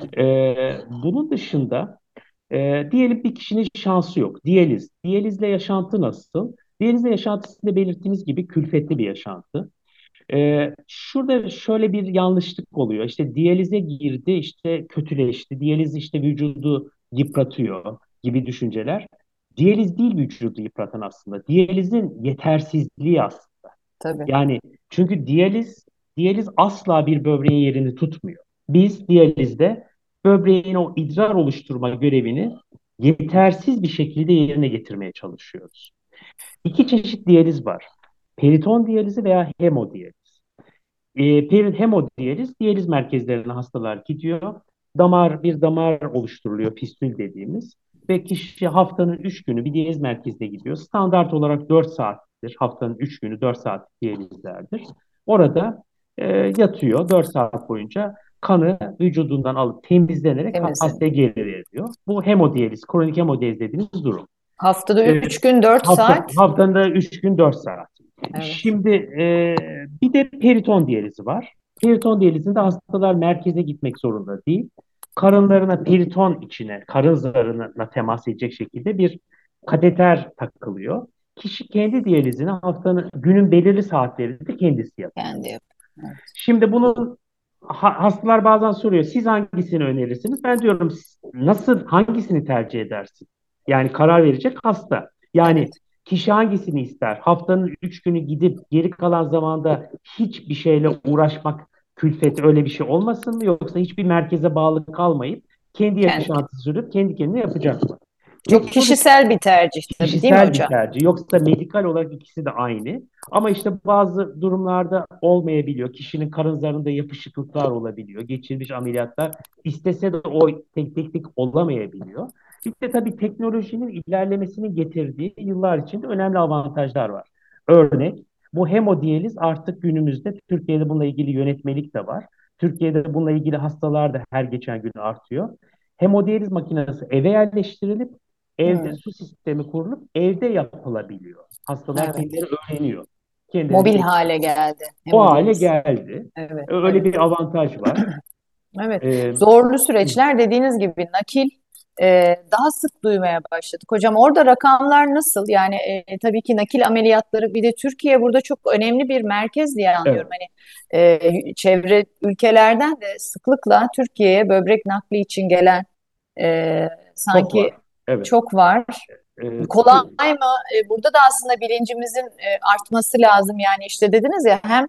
[SPEAKER 2] Ee, bunun dışında e, diyelim bir kişinin şansı yok. Diyaliz. Diyalizle yaşantı nasıl? Diyalizle yaşantı sizin de belirttiğiniz gibi külfetli bir yaşantı. Ee, şurada şöyle bir yanlışlık oluyor. İşte diyalize girdi, işte kötüleşti. Diyaliz işte vücudu yıpratıyor gibi düşünceler. Diyaliz değil vücudu yıpratan aslında. Diyalizin yetersizliği aslında.
[SPEAKER 1] Tabii.
[SPEAKER 2] Yani çünkü diyaliz diyaliz asla bir böbreğin yerini tutmuyor. Biz diyalizde böbreğin o idrar oluşturma görevini yetersiz bir şekilde yerine getirmeye çalışıyoruz. İki çeşit diyaliz var. Periton diyalizi veya hemodiyaliz. E, peri, hemodiyaliz, diyaliz merkezlerine hastalar gidiyor. Damar, bir damar oluşturuluyor, fistül dediğimiz. Ve kişi haftanın üç günü bir diyaliz merkezine gidiyor. Standart olarak dört saattir. Haftanın üç günü dört saat diyalizlerdir. Orada e, yatıyor dört saat boyunca kanı vücudundan alıp temizlenerek hastaya
[SPEAKER 1] Temizleniyor.
[SPEAKER 2] geri veriliyor. Bu hemodiyaliz, kronik hemodiyaliz dediğimiz durum.
[SPEAKER 1] Haftada
[SPEAKER 2] E,
[SPEAKER 1] üç gün dört
[SPEAKER 2] hafta,
[SPEAKER 1] saat.
[SPEAKER 2] haftanın üç gün dört saat.
[SPEAKER 1] Evet.
[SPEAKER 2] Şimdi e, bir de periton diyalizi var. Periton diyalizinde hastalar merkeze gitmek zorunda değil. Karınlarına periton içine, karın zarına temas edecek şekilde bir kateter takılıyor. Kişi kendi diyalizini haftanın günün belirli saatlerinde kendisi yapıyor.
[SPEAKER 1] Kendi yap. Evet.
[SPEAKER 2] Şimdi bunun ha- hastalar bazen soruyor. Siz hangisini önerirsiniz? Ben diyorum nasıl hangisini tercih edersin? Yani karar verecek hasta. Yani
[SPEAKER 1] Evet.
[SPEAKER 2] kişi hangisini ister? Haftanın üç günü gidip geri kalan zamanda hiçbir şeyle uğraşmak külfeti öyle bir şey olmasın mı? Yoksa hiçbir merkeze bağlı kalmayıp kendi
[SPEAKER 1] Kendi.
[SPEAKER 2] yaşantısı sürüp kendi kendine yapacak mı?
[SPEAKER 1] Çok
[SPEAKER 2] Peki burada
[SPEAKER 1] kişisel bir tercih tabii, değil mi
[SPEAKER 2] kişisel bir
[SPEAKER 1] hocam?
[SPEAKER 2] tercih. Yoksa medikal olarak ikisi de aynı. Ama işte bazı durumlarda olmayabiliyor. Kişinin karın zarında yapışıklıklar olabiliyor. Geçirmiş ameliyatlar istese de o tek teknik olamayabiliyor. Bir de tabii teknolojinin ilerlemesinin getirdiği yıllar içinde önemli avantajlar var. Örnek, bu hemodiyaliz artık günümüzde Türkiye'de bununla ilgili yönetmelik de var. Türkiye'de bununla ilgili hastalar da her geçen gün artıyor. Hemodiyaliz makinesi eve yerleştirilip evde
[SPEAKER 1] Hmm,
[SPEAKER 2] su sistemi kurulup evde yapılabiliyor. Hastalar
[SPEAKER 1] evet.
[SPEAKER 2] kendileri öğreniyor. Kendileri
[SPEAKER 1] Mobil
[SPEAKER 2] geçiyor.
[SPEAKER 1] hale geldi
[SPEAKER 2] O hale
[SPEAKER 1] hemodiyaliz.
[SPEAKER 2] geldi.
[SPEAKER 1] Evet,
[SPEAKER 2] Öyle
[SPEAKER 1] evet.
[SPEAKER 2] bir avantaj var.
[SPEAKER 1] Evet,
[SPEAKER 2] Ee,
[SPEAKER 1] zorlu süreçler dediğiniz gibi nakil e, daha sık duymaya başladık. Hocam orada rakamlar nasıl? Yani e, tabii ki nakil ameliyatları, bir de Türkiye burada çok önemli bir merkez diye anlıyorum.
[SPEAKER 2] evet,
[SPEAKER 1] Hani e, çevre ülkelerden de sıklıkla Türkiye'ye böbrek nakli için gelen e,
[SPEAKER 2] çok
[SPEAKER 1] sanki
[SPEAKER 2] var. Evet.
[SPEAKER 1] çok var.
[SPEAKER 2] Ee,
[SPEAKER 1] Kolay
[SPEAKER 2] tü-
[SPEAKER 1] mı? E, burada da aslında bilincimizin e, artması lazım. Yani işte dediniz ya, hem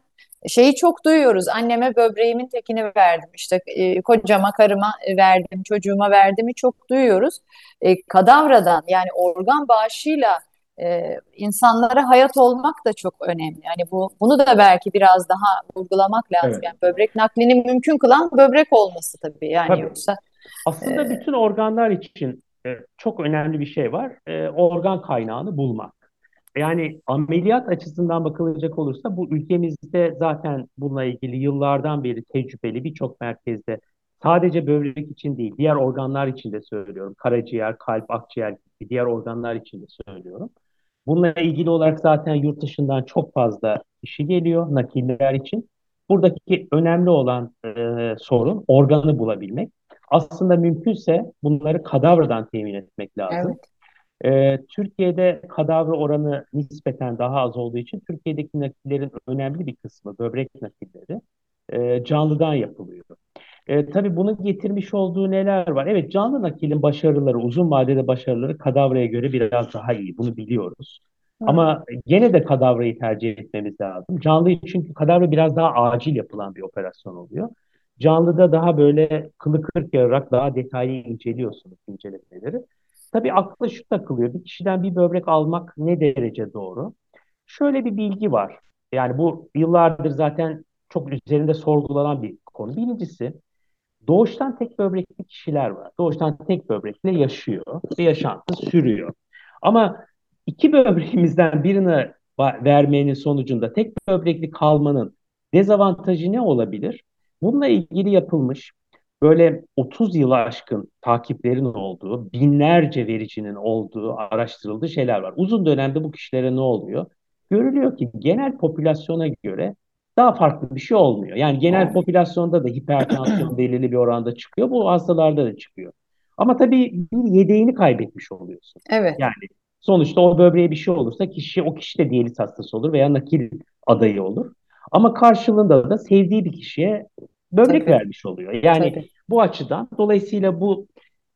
[SPEAKER 1] Şeyi çok duyuyoruz. Anneme böbreğimin tekini verdim. İşte e, kocama, karıma verdim, çocuğuma verdiğimi çok duyuyoruz. E, kadavradan yani organ bağışıyla e, insanlara hayat olmak da çok önemli. Yani bu bunu da belki biraz daha vurgulamak lazım.
[SPEAKER 2] Evet.
[SPEAKER 1] Yani böbrek naklini mümkün kılan böbrek olması tabii. Yani
[SPEAKER 2] Tabii.
[SPEAKER 1] yoksa e,
[SPEAKER 2] Aslında bütün organlar için e, çok önemli bir şey var. E, organ kaynağını bulmak. Yani ameliyat açısından bakılacak olursa bu ülkemizde zaten bununla ilgili yıllardan beri tecrübeli birçok merkezde sadece böbrek için değil, diğer organlar için de söylüyorum. Karaciğer, kalp, akciğer gibi diğer organlar için de söylüyorum. Bununla ilgili olarak zaten yurt dışından çok fazla kişi geliyor nakiller için. Buradaki önemli olan e, sorun organı bulabilmek. Aslında mümkünse bunları kadavradan temin etmek lazım.
[SPEAKER 1] evet.
[SPEAKER 2] E, Türkiye'de kadavra oranı nispeten daha az olduğu için Türkiye'deki nakillerin önemli bir kısmı, böbrek nakilleri e, canlıdan yapılıyor. E, tabii bunun getirmiş olduğu neler var? Evet, canlı nakilin başarıları, uzun vadede başarıları kadavraya göre biraz daha iyi. Bunu biliyoruz.
[SPEAKER 1] Hı,
[SPEAKER 2] Ama gene de kadavrayı tercih etmemiz lazım. Canlı çünkü kadavra biraz daha acil yapılan bir operasyon oluyor. Canlıda daha böyle kılı kırk yararak daha detaylı inceliyorsunuz incelemeleri. Tabii akla şu takılıyor. Bir kişiden bir böbrek almak ne derece doğru? Şöyle bir bilgi var. Yani bu yıllardır zaten çok üzerinde sorgulanan bir konu. Birincisi, doğuştan tek böbrekli kişiler var. Doğuştan tek böbrekle yaşıyor ve yaşantı sürüyor. Ama iki böbreğimizden birini vermenin sonucunda tek böbrekli kalmanın dezavantajı ne olabilir? Bununla ilgili yapılmış böyle otuz yılı aşkın takiplerin olduğu, binlerce vericinin olduğu araştırıldığı şeyler var. Uzun dönemde bu kişilere ne oluyor? Görülüyor ki genel popülasyona göre daha farklı bir şey olmuyor. Yani genel
[SPEAKER 1] olmuyor.
[SPEAKER 2] popülasyonda da hipertansiyon belirli bir oranda çıkıyor. Bu hastalarda da çıkıyor. Ama tabii bir yedeğini kaybetmiş oluyorsun.
[SPEAKER 1] Evet.
[SPEAKER 2] Yani sonuçta o böbreğe bir şey olursa kişi o kişi de diyaliz hastası olur veya nakil adayı olur. Ama karşılığında da sevdiği bir kişiye böbrek
[SPEAKER 1] Tabii.
[SPEAKER 2] vermiş oluyor. Yani
[SPEAKER 1] Tabii.
[SPEAKER 2] bu açıdan dolayısıyla bu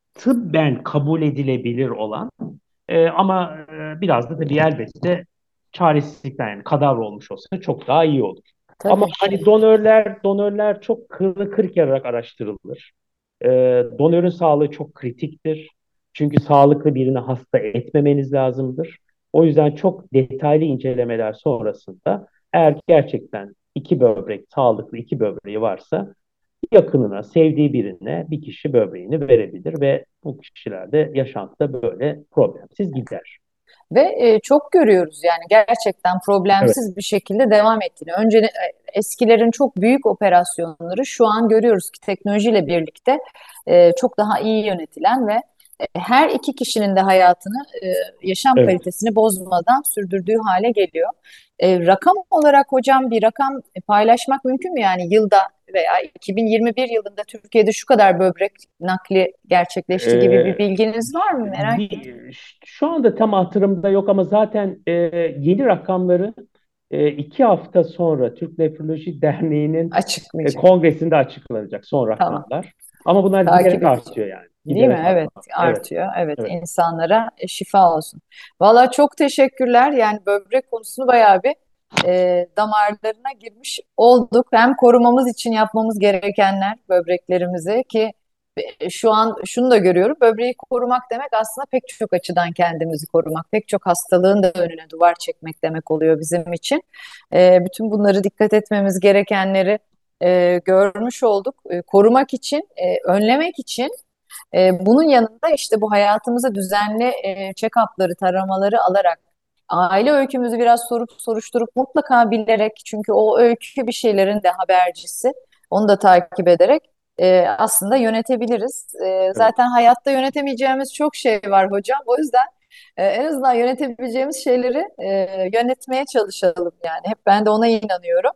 [SPEAKER 2] tıbben kabul edilebilir olan e, ama e, biraz da tabii elbette çaresizlikten yani kadavra olmuş olsa çok daha iyi olur. Ama
[SPEAKER 1] Tabii.
[SPEAKER 2] hani donörler donörler çok kırk kırk yararak araştırılır. E, Donörün sağlığı çok kritiktir. Çünkü sağlıklı birini hasta etmemeniz lazımdır. O yüzden çok detaylı incelemeler sonrasında eğer gerçekten iki böbrek, sağlıklı iki böbreği varsa yakınına, sevdiği birine bir kişi böbreğini verebilir ve bu kişilerde yaşantıda böyle problemsiz gider.
[SPEAKER 1] Ve e, çok görüyoruz yani gerçekten
[SPEAKER 2] Evet.
[SPEAKER 1] problemsiz bir şekilde devam ettiğini. Önce e, eskilerin çok büyük operasyonları şu an görüyoruz ki teknolojiyle birlikte e, çok daha iyi yönetilen ve e, her iki kişinin de hayatını, e, yaşam
[SPEAKER 2] Evet.
[SPEAKER 1] kalitesini bozmadan sürdürdüğü hale geliyor. E, rakam olarak hocam bir rakam paylaşmak mümkün mü? Yani yılda veya iki bin yirmi bir yılında Türkiye'de şu kadar böbrek nakli gerçekleşti gibi bir
[SPEAKER 2] Ee,
[SPEAKER 1] bilginiz var mı? Merak ettim.
[SPEAKER 2] bir, şu anda tam hatırımda yok ama zaten e, yeni rakamları e, iki hafta sonra Türk Nefroloji Derneği'nin e,
[SPEAKER 1] Açıklayacak.
[SPEAKER 2] kongresinde açıklanacak son
[SPEAKER 1] Tamam.
[SPEAKER 2] rakamlar. Ama bunlar
[SPEAKER 1] Takip
[SPEAKER 2] giderek
[SPEAKER 1] edeceğim.
[SPEAKER 2] artıyor yani.
[SPEAKER 1] Değil mi?
[SPEAKER 2] Giderek
[SPEAKER 1] Evet,
[SPEAKER 2] artmakta. Evet.
[SPEAKER 1] artıyor. Evet,
[SPEAKER 2] Evet.
[SPEAKER 1] insanlara e, şifa olsun. Valla çok teşekkürler. Yani böbrek konusunu bayağı bir e, damarlarına girmiş olduk. Hem korumamız için yapmamız gerekenler böbreklerimizi ki e, şu an şunu da görüyorum. Böbreği korumak demek aslında pek çok açıdan kendimizi korumak, pek çok hastalığın da önüne duvar çekmek demek oluyor bizim için. E, bütün bunları dikkat etmemiz gerekenleri e, görmüş olduk. E, korumak için, e, önlemek için e, bunun yanında işte bu hayatımıza düzenli e, check-up'ları, taramaları alarak aile öykümüzü biraz sorup soruşturup mutlaka bilerek çünkü o öykü bir şeylerin de habercisi. Onu da takip ederek e, aslında yönetebiliriz. E,
[SPEAKER 2] Evet.
[SPEAKER 1] zaten hayatta yönetemeyeceğimiz çok şey var hocam. O yüzden e, en azından yönetebileceğimiz şeyleri e, yönetmeye çalışalım yani. Hep ben de ona inanıyorum.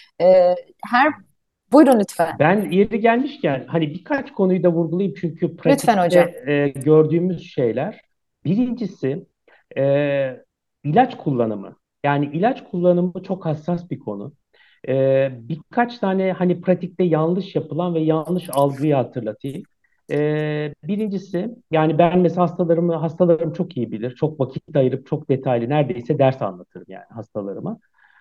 [SPEAKER 1] E, her buyurun lütfen.
[SPEAKER 2] Ben yeri gelmişken hani birkaç konuyu da vurgulayayım çünkü
[SPEAKER 1] Lütfen
[SPEAKER 2] pratikte
[SPEAKER 1] hocam.
[SPEAKER 2] e, gördüğümüz şeyler. Birincisi e, ilaç kullanımı. Yani ilaç kullanımı çok hassas bir konu. E, birkaç tane hani pratikte yanlış yapılan ve yanlış algıyı hatırlatayım. E, birincisi yani ben mesela hastalarımı hastalarım çok iyi bilir. Çok vakit ayırıp çok detaylı neredeyse ders anlatırım yani hastalarıma.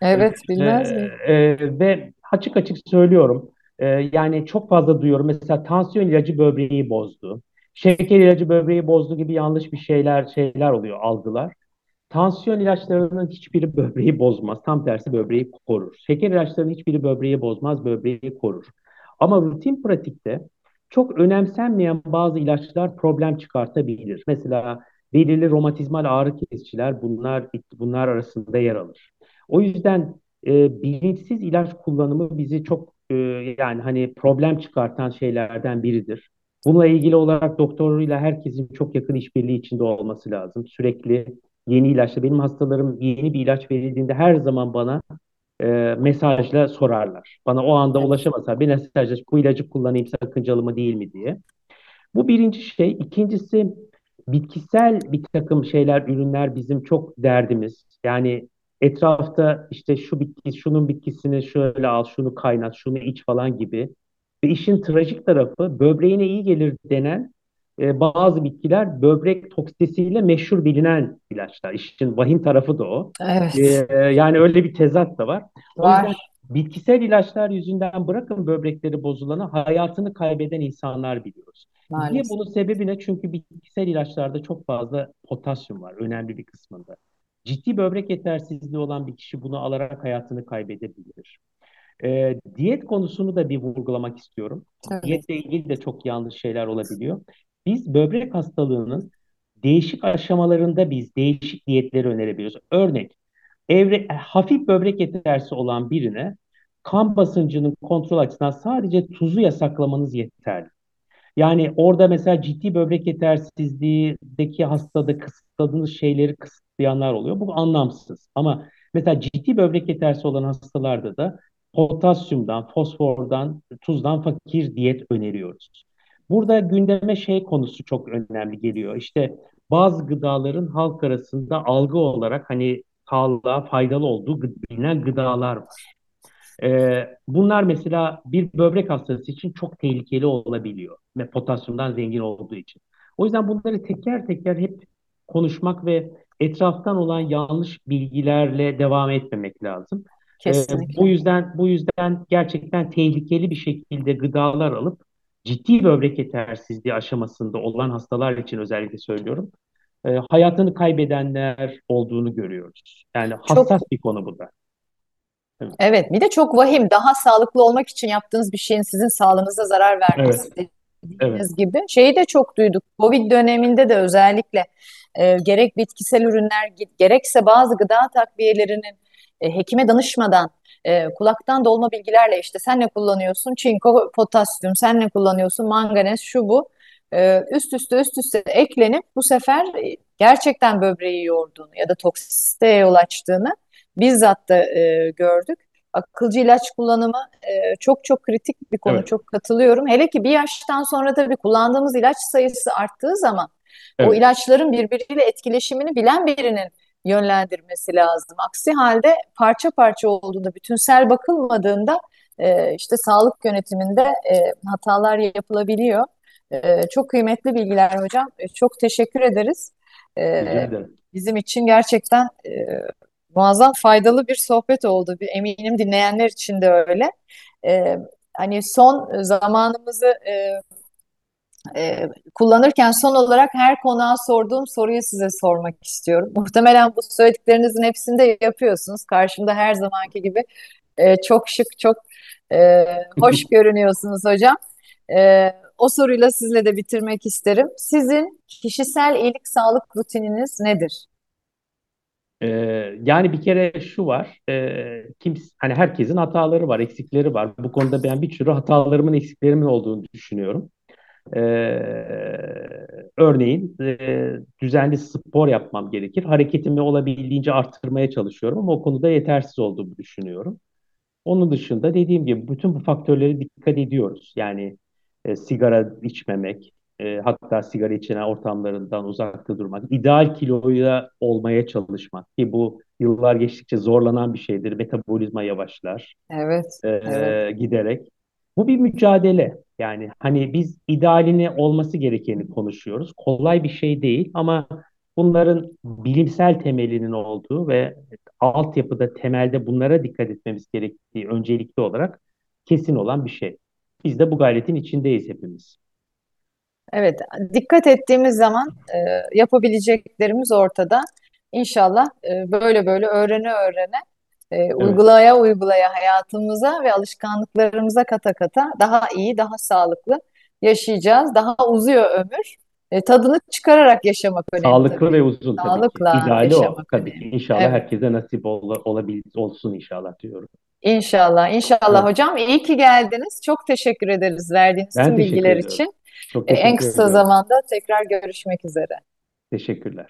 [SPEAKER 1] Evet,
[SPEAKER 2] E,
[SPEAKER 1] bilmez miyim?
[SPEAKER 2] e, Ve açık açık söylüyorum. E, yani çok fazla duyuyorum. Mesela tansiyon ilacı böbreği bozdu. Şeker ilacı böbreği bozdu gibi yanlış bir şeyler şeyler oluyor, algılar. Tansiyon ilaçlarının hiçbiri böbreği bozmaz. Tam tersi böbreği korur. Şeker ilaçlarının hiçbiri böbreği bozmaz, böbreği korur. Ama rutin pratikte çok önemsenmeyen bazı ilaçlar problem çıkartabilir. Mesela belirli romatizmal ağrı kesiciler bunlar bunlar arasında yer alır. O yüzden e, bilinçsiz ilaç kullanımı bizi çok e, yani hani problem çıkartan şeylerden biridir. Bununla ilgili olarak doktoruyla herkesin çok yakın işbirliği içinde olması lazım. Sürekli yeni ilaçla. Benim hastalarım yeni bir ilaç verildiğinde her zaman bana e, mesajla sorarlar. Bana o anda
[SPEAKER 1] Evet.
[SPEAKER 2] ulaşamasa bir mesajla bu ilacı kullanayım sakıncalı mı değil mi diye. Bu birinci şey. İkincisi bitkisel bir takım şeyler, ürünler bizim çok derdimiz. Yani etrafta işte şu bitki, şunun bitkisini şöyle al, şunu kaynat, şunu iç falan gibi. Ve işin trajik tarafı böbreğine iyi gelir denen e, bazı bitkiler böbrek toksisiyle meşhur bilinen ilaçlar. İşin vahim tarafı da o. E,
[SPEAKER 1] Evet,
[SPEAKER 2] Yani öyle bir tezat da var. O yüzden
[SPEAKER 1] var
[SPEAKER 2] bitkisel ilaçlar yüzünden bırakın böbrekleri bozulanı hayatını kaybeden insanlar biliyoruz. Niye
[SPEAKER 1] maalesef.
[SPEAKER 2] bunun sebebi ne? Çünkü bitkisel ilaçlarda çok fazla potasyum var önemli bir kısmında. Ciddi böbrek yetersizliği olan bir kişi bunu alarak hayatını kaybedebilir. Ee, diyet konusunu da bir vurgulamak istiyorum.
[SPEAKER 1] Tabii.
[SPEAKER 2] Diyetle ilgili de çok yanlış şeyler olabiliyor. Biz böbrek hastalığının değişik aşamalarında biz değişik diyetleri önerebiliyoruz. Örnek, evre, hafif böbrek yetersiz olan birine kan basıncının kontrol açısından sadece tuzu yasaklamanız yeterli. Yani orada mesela ciddi böbrek yetersizliğindeki hastada kısıtladığınız şeyleri kısıtlayanlar oluyor. Bu anlamsız. Ama mesela ciddi böbrek yetersiz olan hastalarda da potasyumdan, fosfordan, tuzdan fakir diyet öneriyoruz. Burada gündeme şey konusu çok önemli geliyor. İşte bazı gıdaların halk arasında algı olarak hani sağlığa faydalı olduğu gı- bilinen gıdalar var. Ee, bunlar mesela bir böbrek hastası için çok tehlikeli olabiliyor ve potasyumdan zengin olduğu için. O yüzden bunları teker teker hep konuşmak ve etraftan olan yanlış bilgilerle devam etmemek lazım. Ee, bu
[SPEAKER 1] Kesinlikle.
[SPEAKER 2] yüzden bu yüzden gerçekten tehlikeli bir şekilde gıdalar alıp ciddi böbrek yetersizliği aşamasında olan hastalar için özellikle söylüyorum. Ee, hayatını kaybedenler olduğunu görüyoruz. Yani
[SPEAKER 1] Çok
[SPEAKER 2] hassas bir konu bu da. Evet,
[SPEAKER 1] Evet, bir de çok vahim. Daha sağlıklı olmak için yaptığınız bir şeyin sizin sağlığınıza zarar
[SPEAKER 2] evet,
[SPEAKER 1] vermesi
[SPEAKER 2] evet.
[SPEAKER 1] dediğiniz gibi. Şeyi de çok duyduk. Covid döneminde de özellikle e, gerek bitkisel ürünler ge- gerekse bazı gıda takviyelerinin e, hekime danışmadan e, kulaktan dolma bilgilerle işte sen ne kullanıyorsun? Çinko, potasyum, sen ne kullanıyorsun? Manganez, şu bu. E, üst üste üst üste eklenip bu sefer e, gerçekten böbreği yorduğunu ya da toksisiteye yol açtığını bizzat da e, gördük. Akılcı ilaç kullanımı e, çok çok kritik bir konu.
[SPEAKER 2] Evet.
[SPEAKER 1] Çok katılıyorum. Hele ki bir yaştan sonra tabii kullandığımız ilaç sayısı arttığı zaman o
[SPEAKER 2] Evet,
[SPEAKER 1] ilaçların birbiriyle etkileşimini bilen birinin yönlendirmesi lazım. Aksi halde parça parça olduğunda, bütünsel bakılmadığında e, işte sağlık yönetiminde e, hatalar yapılabiliyor. E, çok kıymetli bilgiler hocam. E, çok teşekkür ederiz.
[SPEAKER 2] rica
[SPEAKER 1] E,
[SPEAKER 2] ederim.
[SPEAKER 1] Bizim için gerçekten e, muazzam faydalı bir sohbet oldu. Bir, eminim dinleyenler için de öyle. Ee, Hani son zamanımızı e, e, kullanırken son olarak her konuğa sorduğum soruyu size sormak istiyorum. Muhtemelen bu söylediklerinizin hepsini de yapıyorsunuz. Karşımda her zamanki gibi e, çok şık, çok e, hoş görünüyorsunuz hocam. E, O soruyla sizle de bitirmek isterim. Sizin kişisel iyilik sağlık rutininiz nedir?
[SPEAKER 2] Ee, yani bir kere şu var, e, kim, hani herkesin hataları var, eksikleri var. Bu konuda ben bir sürü hatalarımın, eksiklerimin olduğunu düşünüyorum. Ee, Örneğin e, düzenli spor yapmam gerekir. Hareketimi olabildiğince arttırmaya çalışıyorum ama o konuda yetersiz olduğumu düşünüyorum. Onun dışında dediğim gibi bütün bu faktörlere dikkat ediyoruz. Yani e, sigara içmemek, e, hatta sigara içen ortamlarından uzakta durmak, ideal kiloya olmaya çalışmak ki bu yıllar geçtikçe zorlanan bir şeydir. Metabolizma yavaşlar
[SPEAKER 1] Evet, evet.
[SPEAKER 2] e, giderek. Bu bir mücadele. Yani hani biz idealini olması gerekeni konuşuyoruz. Kolay bir şey değil ama bunların bilimsel temelinin olduğu ve altyapıda, temelde bunlara dikkat etmemiz gerektiği öncelikli olarak kesin olan bir şey. Biz de bu gayretin içindeyiz hepimiz.
[SPEAKER 1] Evet, dikkat ettiğimiz zaman e, yapabileceklerimiz ortada. İnşallah e, böyle böyle öğrene öğrene, e,
[SPEAKER 2] Evet.
[SPEAKER 1] uygulaya uygulaya hayatımıza ve alışkanlıklarımıza kata kata daha iyi, daha sağlıklı yaşayacağız. Daha uzuyor ömür. E, tadını çıkararak yaşamak önemli
[SPEAKER 2] Sağlıklı
[SPEAKER 1] tabii.
[SPEAKER 2] ve uzun tabii ki.
[SPEAKER 1] Sağlıkla
[SPEAKER 2] İdeali o
[SPEAKER 1] yaşamak
[SPEAKER 2] tabii ki.
[SPEAKER 1] önemli.
[SPEAKER 2] İnşallah
[SPEAKER 1] Evet.
[SPEAKER 2] herkese nasip ol, olabil, olsun inşallah diyorum.
[SPEAKER 1] İnşallah, inşallah
[SPEAKER 2] Evet.
[SPEAKER 1] hocam. İyi ki geldiniz. Çok teşekkür ederiz verdiğiniz
[SPEAKER 2] Ben
[SPEAKER 1] tüm
[SPEAKER 2] teşekkür
[SPEAKER 1] bilgiler
[SPEAKER 2] ediyorum.
[SPEAKER 1] için.
[SPEAKER 2] Çok
[SPEAKER 1] E, En
[SPEAKER 2] teşekkür
[SPEAKER 1] kısa
[SPEAKER 2] ediyorum.
[SPEAKER 1] zamanda tekrar görüşmek üzere.
[SPEAKER 2] Teşekkürler.